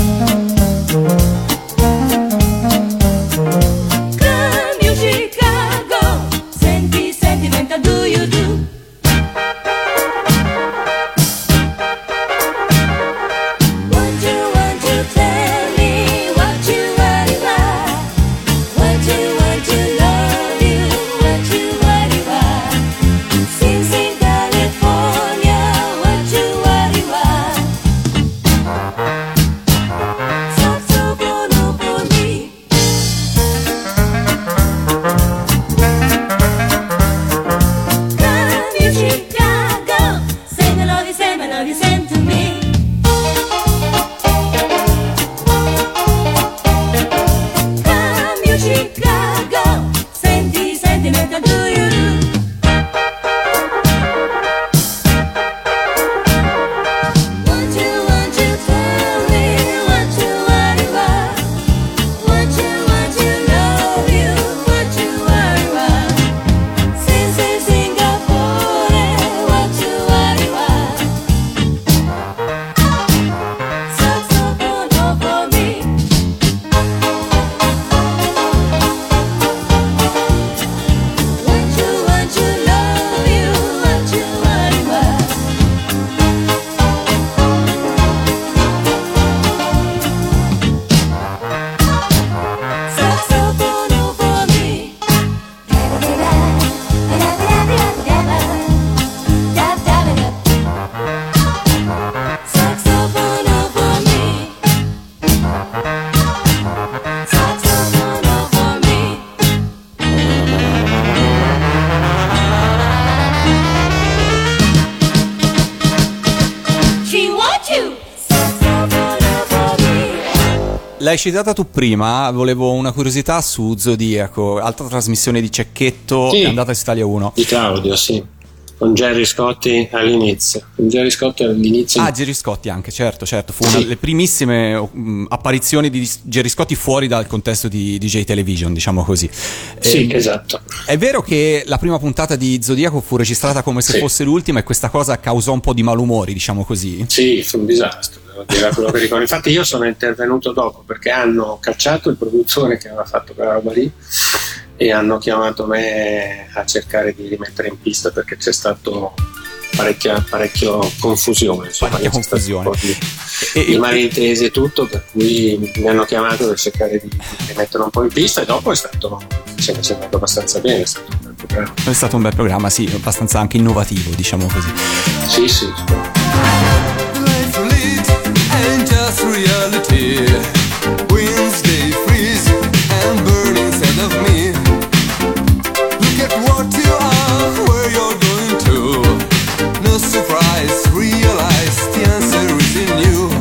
[SPEAKER 2] L'hai citata tu prima, volevo una curiosità su Zodiaco, altra trasmissione di Cecchetto,
[SPEAKER 3] Sì,
[SPEAKER 2] è andata su Italia uno.
[SPEAKER 3] di Claudio, sì, con Gerry Scotti all'inizio. Con Gerry Scotti all'inizio.
[SPEAKER 2] Ah, Gerry Scotti anche, certo, certo, fu una
[SPEAKER 3] Sì.
[SPEAKER 2] delle primissime um, apparizioni di Gerry Scotti fuori dal contesto di D J Television, diciamo così.
[SPEAKER 3] Sì,
[SPEAKER 2] Eh,
[SPEAKER 3] esatto.
[SPEAKER 2] È vero che la prima puntata di Zodiaco fu registrata come se
[SPEAKER 3] Sì.
[SPEAKER 2] fosse l'ultima e questa cosa causò un po' di malumori, diciamo così?
[SPEAKER 3] Sì, fu un disastro, devo dire quello che ricordo. Infatti io sono intervenuto dopo perché hanno cacciato il produttore che aveva fatto quella roba lì e hanno chiamato me a cercare di rimettere in pista perché c'è stato parecchia, parecchio confusione, insomma,
[SPEAKER 2] Parecchia
[SPEAKER 3] c'è stato un
[SPEAKER 2] confusione.
[SPEAKER 3] po' di,
[SPEAKER 2] E-
[SPEAKER 3] di
[SPEAKER 2] e-
[SPEAKER 3] malintesi e tutto, per cui mi hanno chiamato per cercare di, di rimettere un po' in pista e dopo è stato, se mi è sembrato abbastanza bene, è stato un bel programma.
[SPEAKER 2] È stato un bel programma, sì, abbastanza anche innovativo, diciamo così.
[SPEAKER 3] Sì, sì.
[SPEAKER 7] Life lit and just reality. Wednesday freeze and burn inside of me. Look at what you are, where you're going to. No surprise, realize the answer is in you.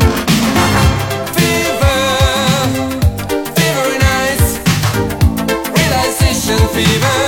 [SPEAKER 7] Fever, fever nights, realization fever.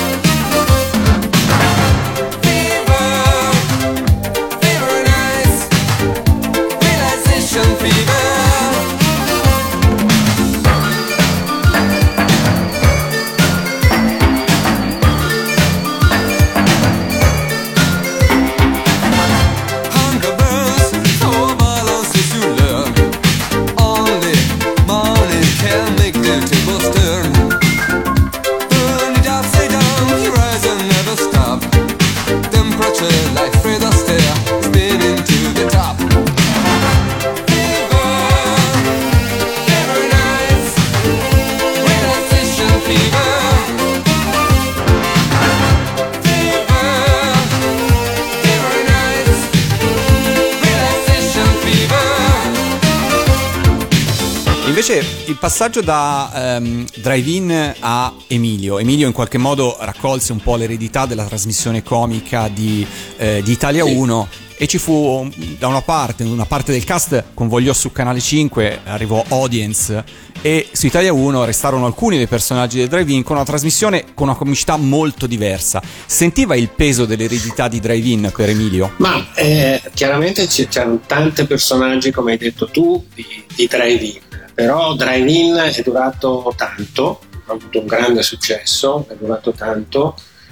[SPEAKER 2] Invece il passaggio da ehm, Drive-In a Emilio, Emilio in qualche modo raccolse un po' l'eredità della trasmissione comica di, eh, di Italia
[SPEAKER 3] Sì.
[SPEAKER 2] uno e ci fu da una parte, una parte del cast convogliò su Canale cinque, arrivò Audience e su Italia uno restarono alcuni dei personaggi del Drive-In con una trasmissione con una comicità molto diversa. Sentiva il peso dell'eredità di Drive-In per Emilio?
[SPEAKER 3] Ma eh, chiaramente c- c'erano tanti personaggi, come hai detto tu, di, di Drive-In, però Drive-In è durato tanto, ha avuto un grande successo, è durato tanto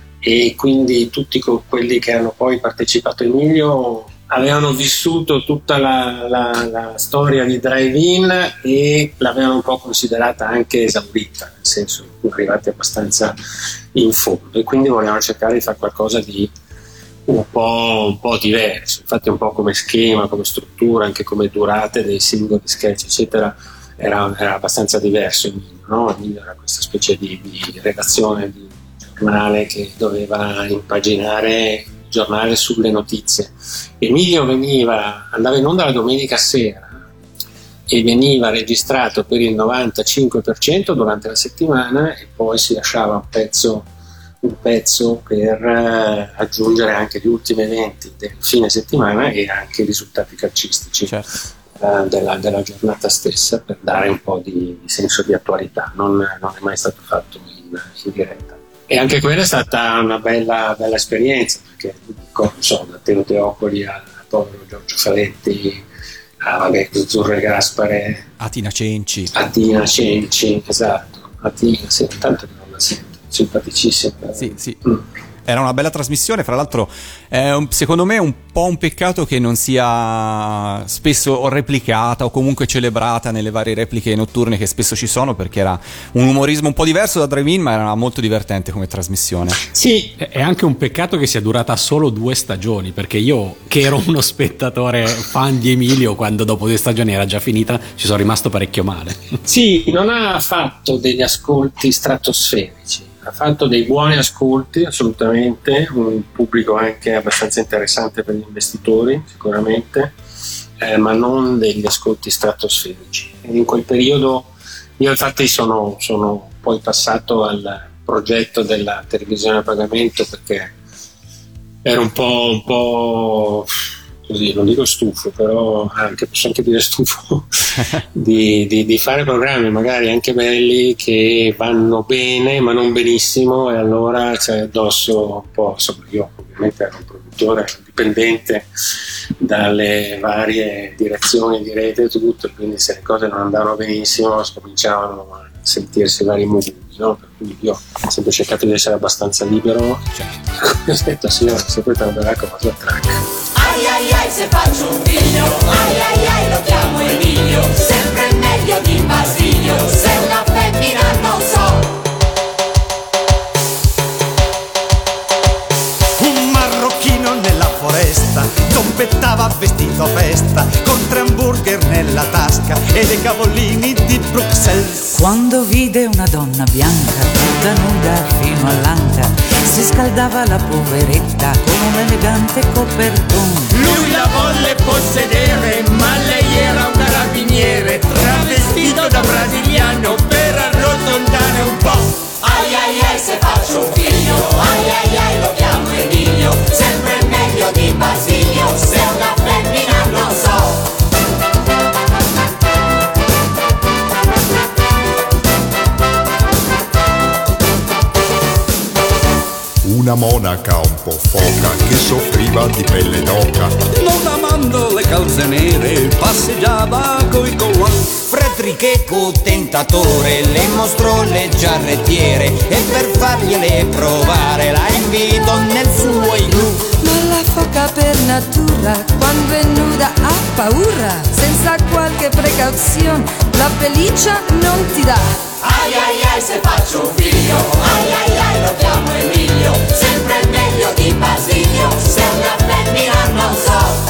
[SPEAKER 3] e quindi tutti co- quelli che hanno poi partecipato a Emilio avevano vissuto tutta la, la, la storia di Drive-In e l'avevano un po' considerata anche esaurita, nel senso arrivati abbastanza in fondo e quindi volevano cercare di fare qualcosa di un po', un po' diverso, infatti un po' come schema, come struttura, anche come durate dei singoli sketch eccetera era, era abbastanza diverso Emilio, no? Emilio era questa specie di, di redazione di giornale che doveva impaginare il giornale sulle notizie. Emilio veniva, andava in onda la domenica sera e veniva registrato per il novantacinque per cento durante la settimana e poi si lasciava un pezzo un pezzo per eh, aggiungere anche gli ultimi eventi del fine settimana e anche i risultati calcistici
[SPEAKER 2] Certo.
[SPEAKER 3] eh, della, della giornata stessa per dare un po' di, di senso di attualità, non, non è mai stato fatto in, in diretta. E anche quella è stata una bella, bella esperienza perché non so, da Teo Teocoli al povero Giorgio Faletti a vabbè, Zuzzurro e Gaspare
[SPEAKER 2] A Tina Cenci.
[SPEAKER 3] a Tina Cenci, esatto, a Tina, sì, tanto che non la sento, simpaticissima.
[SPEAKER 2] Sì, sì.
[SPEAKER 3] Mm.
[SPEAKER 2] Era una bella trasmissione, fra l'altro è un, secondo me è un po' un peccato che non sia spesso replicata o comunque celebrata nelle varie repliche notturne che spesso ci sono, perché era un umorismo un po' diverso da Drive-In, ma era molto divertente come trasmissione.
[SPEAKER 3] Sì,
[SPEAKER 4] È anche un peccato che sia durata solo due stagioni, perché io, che ero uno spettatore fan di Emilio, quando dopo due stagioni era già finita, ci sono rimasto parecchio male.
[SPEAKER 3] sì, non ha fatto degli ascolti stratosferici, ha fatto dei buoni ascolti assolutamente, un pubblico anche abbastanza interessante per gli investitori sicuramente, eh, ma non degli ascolti stratosferici. E in quel periodo io infatti sono, sono poi passato al progetto della televisione a pagamento perché era un po', un po' così, non dico stufo, però anche, posso anche dire stufo di, di, di fare programmi magari anche belli che vanno bene ma non benissimo, e allora c'è addosso un po', insomma, io ovviamente ero un produttore dipendente dalle varie direzioni di rete e tutto, quindi se le cose non andavano benissimo cominciavano a sentirsi vari movimenti, no? Quindi io ho sempre cercato di essere abbastanza libero, cioè, ho detto signora, se poi te la darà cosa track.
[SPEAKER 8] Ai ai ai se faccio un figlio, ai ai ai lo chiamo Emilio, sempre meglio di Basilio, se una femmina non so.
[SPEAKER 9] Un marocchino nella foresta trompettava vestito a festa, con tre hamburger nella tasca e dei cavolini di Bruxelles.
[SPEAKER 10] Quando vide una donna bianca tutta nuda fino all'anca, si scaldava la poveretta con un elegante copertone.
[SPEAKER 8] Lui la volle possedere, ma lei era un carabiniere travestito da brasiliano per arrotondare un po'. Ai ai ai se faccio un figlio, ai ai ai lo chiamo Emilio, sempre meglio di Basilio, se una femmina non so.
[SPEAKER 11] Una monaca un po' foca che soffriva di pelle d'oca,
[SPEAKER 12] non amando le calze nere passeggiava coi collant.
[SPEAKER 13] Fredericheco tentatore le mostrò le giarrettiere e per fargliele provare la invitò nel suo igloo.
[SPEAKER 14] Ma la foca per natura quando è nuda ha paura, senza qualche precauzione la pelliccia non ti dà.
[SPEAKER 8] Ai ai ai se faccio un figlio, ai ai ai lo chiamo Emilio, sempre meglio di Basilio, se una femmina non so.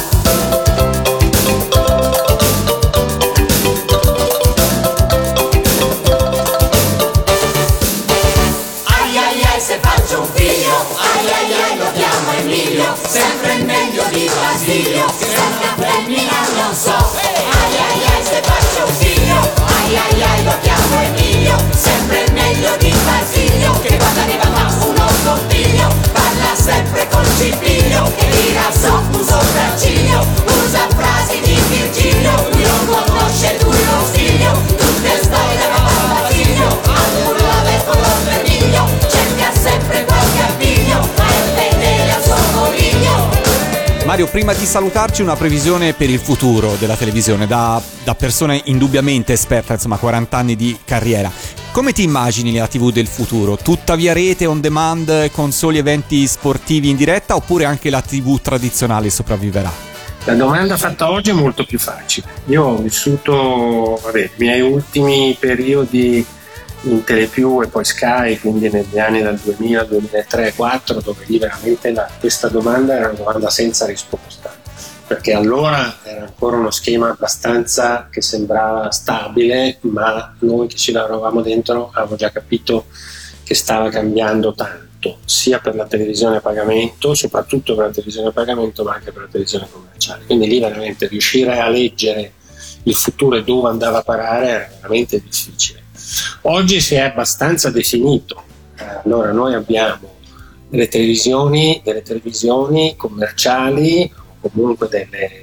[SPEAKER 8] Ai ai ai se faccio un figlio, ai ai ai lo chiamo Emilio, sempre meglio di Basilio, se una femmina non so. Ai ai ai se faccio un figlio, ai ai ai lo chiamo Emilio, sempre meglio di Basilio, che quando arriva fa uno scompiglio, parla sempre col cipiglio, e tira sotto un sopracciglio, usa frasi di Virgilio, lui non conosce tu lo figlio, tutte storie da Basilio, al muro la vespa con vermiglio, cerca sempre qualche appiglio, ma è fedele al suo coniglio.
[SPEAKER 2] Mario, prima di salutarci, una previsione per il futuro della televisione, da, da persona indubbiamente esperta, insomma quaranta anni di carriera. Come ti immagini la tivù del futuro? Tutta via rete, on demand, con soli eventi sportivi in diretta, oppure anche la tivù tradizionale sopravviverà?
[SPEAKER 3] La domanda fatta oggi è molto più facile. Io ho vissuto vabbè, i miei ultimi periodi in Telepiù e poi Sky, quindi negli anni dal duemila, duemilatré, duemilaquattro, dove lì veramente la, questa domanda era una domanda senza risposta, perché allora era ancora uno schema abbastanza che sembrava stabile, ma noi che ci lavoravamo dentro avevamo già capito che stava cambiando tanto, sia per la televisione a pagamento, soprattutto per la televisione a pagamento, ma anche per la televisione commerciale. Quindi lì veramente riuscire a leggere il futuro e dove andava a parare era veramente difficile. Oggi si è abbastanza definito. Allora noi abbiamo delle televisioni, delle televisioni commerciali o comunque delle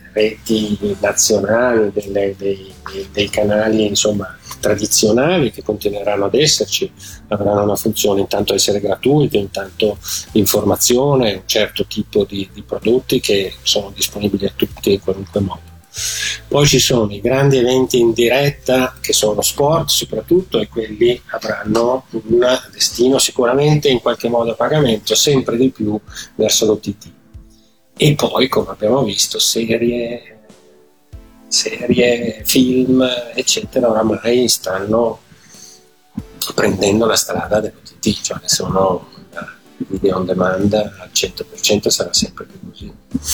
[SPEAKER 3] reti nazionali, delle, dei, dei canali insomma tradizionali che continueranno ad esserci, avranno una funzione intanto essere gratuite, intanto informazione, un certo tipo di, di prodotti che sono disponibili a tutti in qualunque modo. Poi ci sono i grandi eventi in diretta che sono sport soprattutto, e quelli avranno un destino sicuramente in qualche modo a pagamento, sempre di più verso l'O T T. E poi, come abbiamo visto, serie, serie, film, eccetera, oramai stanno prendendo la strada dell'O T T, cioè sono il video on demand al cento per cento sarà sempre più così.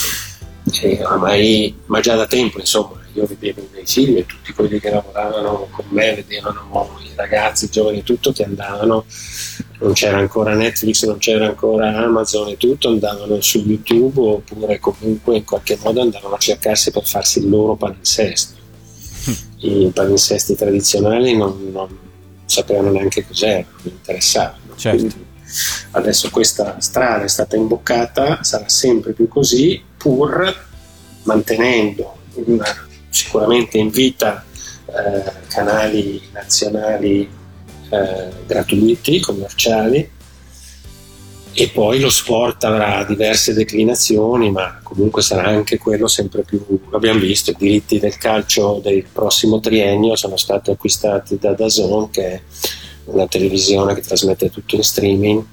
[SPEAKER 3] E ormai, ma già da tempo, insomma, io vedevo i miei figli e tutti quelli che lavoravano con me, vedevano i ragazzi, i giovani e tutto, che andavano, non c'era ancora Netflix, non c'era ancora Amazon e tutto, andavano su YouTube oppure comunque in qualche modo andavano a cercarsi per farsi il loro palinsesto. I palinsesti tradizionali non, non sapevano neanche cos'erano, non interessavano.
[SPEAKER 2] Certo.
[SPEAKER 3] Quindi adesso questa strada è stata imboccata, sarà sempre più così, pur mantenendo una, sicuramente in vita eh, canali nazionali eh, gratuiti, commerciali, e poi lo sport avrà diverse declinazioni, ma comunque sarà anche quello sempre più, abbiamo visto, i diritti del calcio del prossimo triennio sono stati acquistati da DAZN, che è una televisione che trasmette tutto in streaming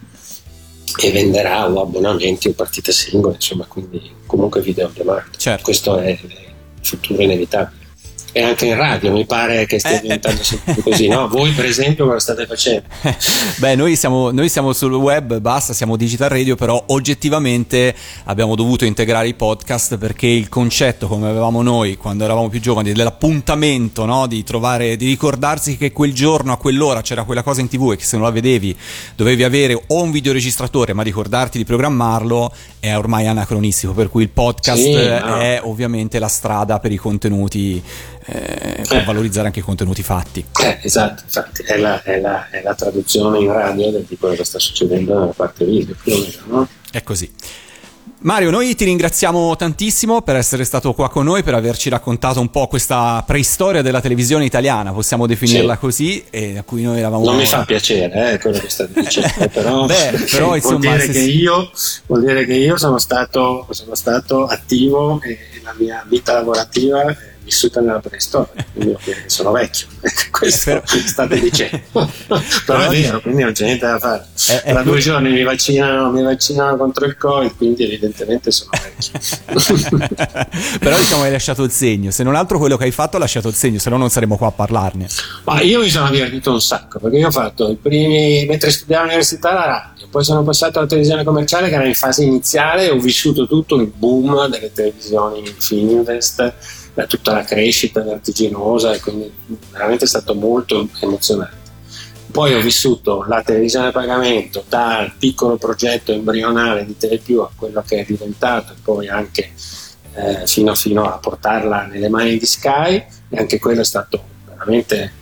[SPEAKER 3] e venderà o abbonamenti o partite singole, insomma, quindi comunque video on demand.
[SPEAKER 2] Certo.
[SPEAKER 3] Questo è il futuro inevitabile. E anche in radio mi pare che stia
[SPEAKER 2] eh,
[SPEAKER 3] diventando sempre più così, no? Voi per esempio cosa state facendo?
[SPEAKER 2] Beh, noi siamo, noi siamo sul web, basta, siamo Digital Radio, però oggettivamente abbiamo dovuto integrare i podcast perché il concetto, come avevamo noi quando eravamo più giovani, dell'appuntamento, no? Di trovare, di ricordarsi che quel giorno a quell'ora c'era quella cosa in tv e che se non la vedevi dovevi avere o un videoregistratore, ma ricordarti di programmarlo, è ormai anacronistico, per cui il podcast
[SPEAKER 3] Sì, no.
[SPEAKER 2] è ovviamente la strada per i contenuti, eh, per
[SPEAKER 3] Eh.
[SPEAKER 2] valorizzare anche i contenuti fatti.
[SPEAKER 3] Eh, esatto, infatti è la, è, la, è la traduzione in radio di quello che sta succedendo nella parte video, più o meno, no?
[SPEAKER 2] È così. Mario, noi ti ringraziamo tantissimo per essere stato qua con noi, per averci raccontato un po' questa preistoria della televisione italiana, possiamo definirla
[SPEAKER 3] Sì.
[SPEAKER 2] così, e a cui noi eravamo...
[SPEAKER 3] Non mi fa piacere eh, quello che state dicendo, però,
[SPEAKER 2] Beh, però,
[SPEAKER 3] vuol,
[SPEAKER 2] insomma,
[SPEAKER 3] dire
[SPEAKER 2] se
[SPEAKER 3] che
[SPEAKER 2] si-
[SPEAKER 3] io, vuol dire che io sono stato, sono stato attivo e la mia vita lavorativa è vissuta nella preistoria, quindi vuol dire che sono vecchio. Questo
[SPEAKER 2] Però-
[SPEAKER 3] state dicendo. Però è vero, quindi non c'è niente da fare.
[SPEAKER 2] Eh,
[SPEAKER 3] Tra
[SPEAKER 2] eh,
[SPEAKER 3] due giorni mi vaccinano, mi vaccinano contro il Covid, quindi evidentemente sono vecchio.
[SPEAKER 2] Però diciamo hai lasciato il segno, se non altro quello che hai fatto ha lasciato il segno, se no non saremo qua a parlarne.
[SPEAKER 3] Ma io mi sono divertito un sacco, perché io ho fatto i primi, mentre studiavo all'università, la radio, poi sono passato alla televisione commerciale che era in fase iniziale e ho vissuto tutto il boom delle televisioni Fininvest, da tutta la crescita vertiginosa, e quindi veramente è stato molto emozionante. Poi ho vissuto la televisione a pagamento dal piccolo progetto embrionale di Telepiù a quello che è diventato, e poi anche eh, fino, fino a portarla nelle mani di Sky, e anche quello è stato veramente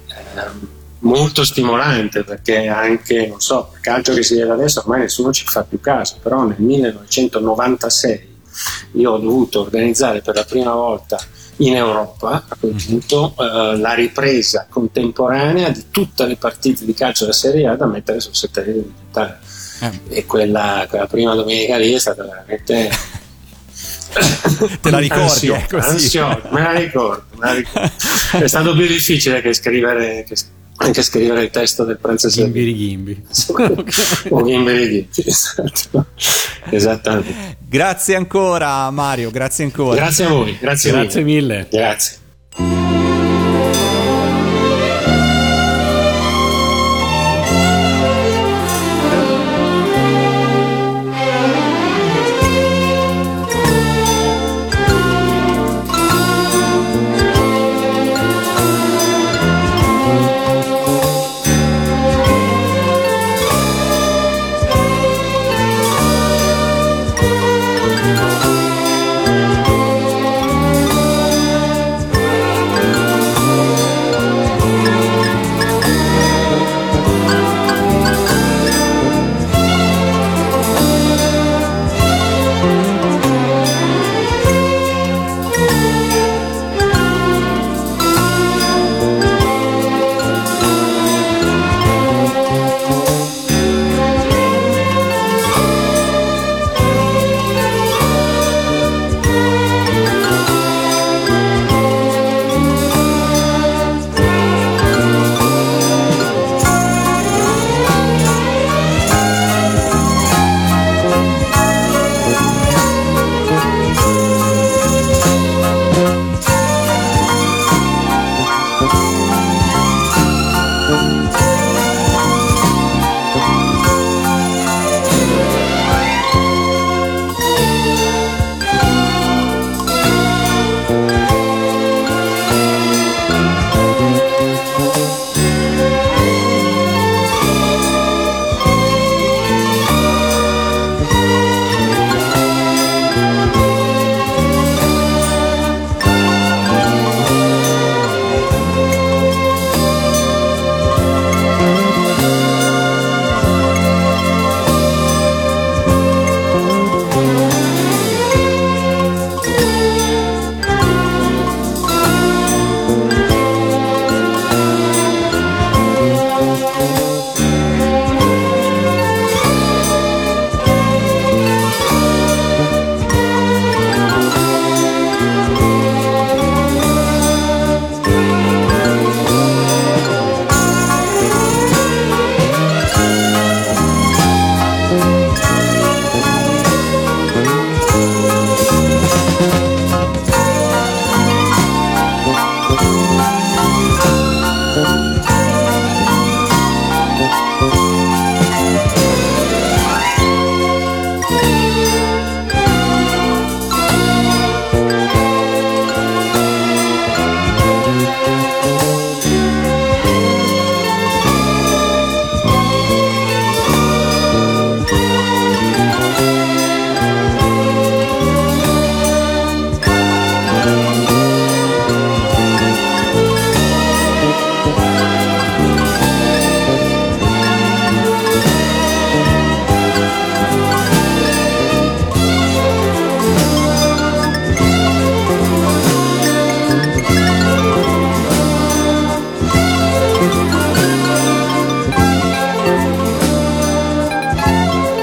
[SPEAKER 3] eh, molto stimolante, perché anche, non so, il calcio che si vede adesso ormai nessuno ci fa più caso, però nel millenovecentonovantasei io ho dovuto organizzare per la prima volta in Europa, a quel punto, eh, la ripresa contemporanea di tutte le partite di calcio della Serie A da mettere sul satellite digitale.
[SPEAKER 2] Eh.
[SPEAKER 3] E quella, quella prima domenica lì è stata veramente
[SPEAKER 2] Te la ricordi?
[SPEAKER 3] ansiosa,
[SPEAKER 2] eh, così.
[SPEAKER 3] ansiosa, me la ricordo, me la ricordo. È stato più difficile che scrivere, che, anche scrivere il testo del pranzo
[SPEAKER 4] Ghimbiri Ghimbi.
[SPEAKER 3] o Ghimbiri Ghimbi, esatto. Esattamente.
[SPEAKER 2] Grazie ancora Mario, grazie ancora.
[SPEAKER 3] Grazie a voi, grazie,
[SPEAKER 4] Grazie mille.
[SPEAKER 3] Grazie.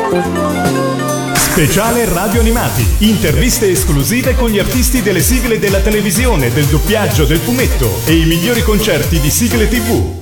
[SPEAKER 1] Speciale Radio Animati. Interviste esclusive con gli artisti delle sigle della televisione, del doppiaggio, del fumetto e i migliori concerti di sigle tivù.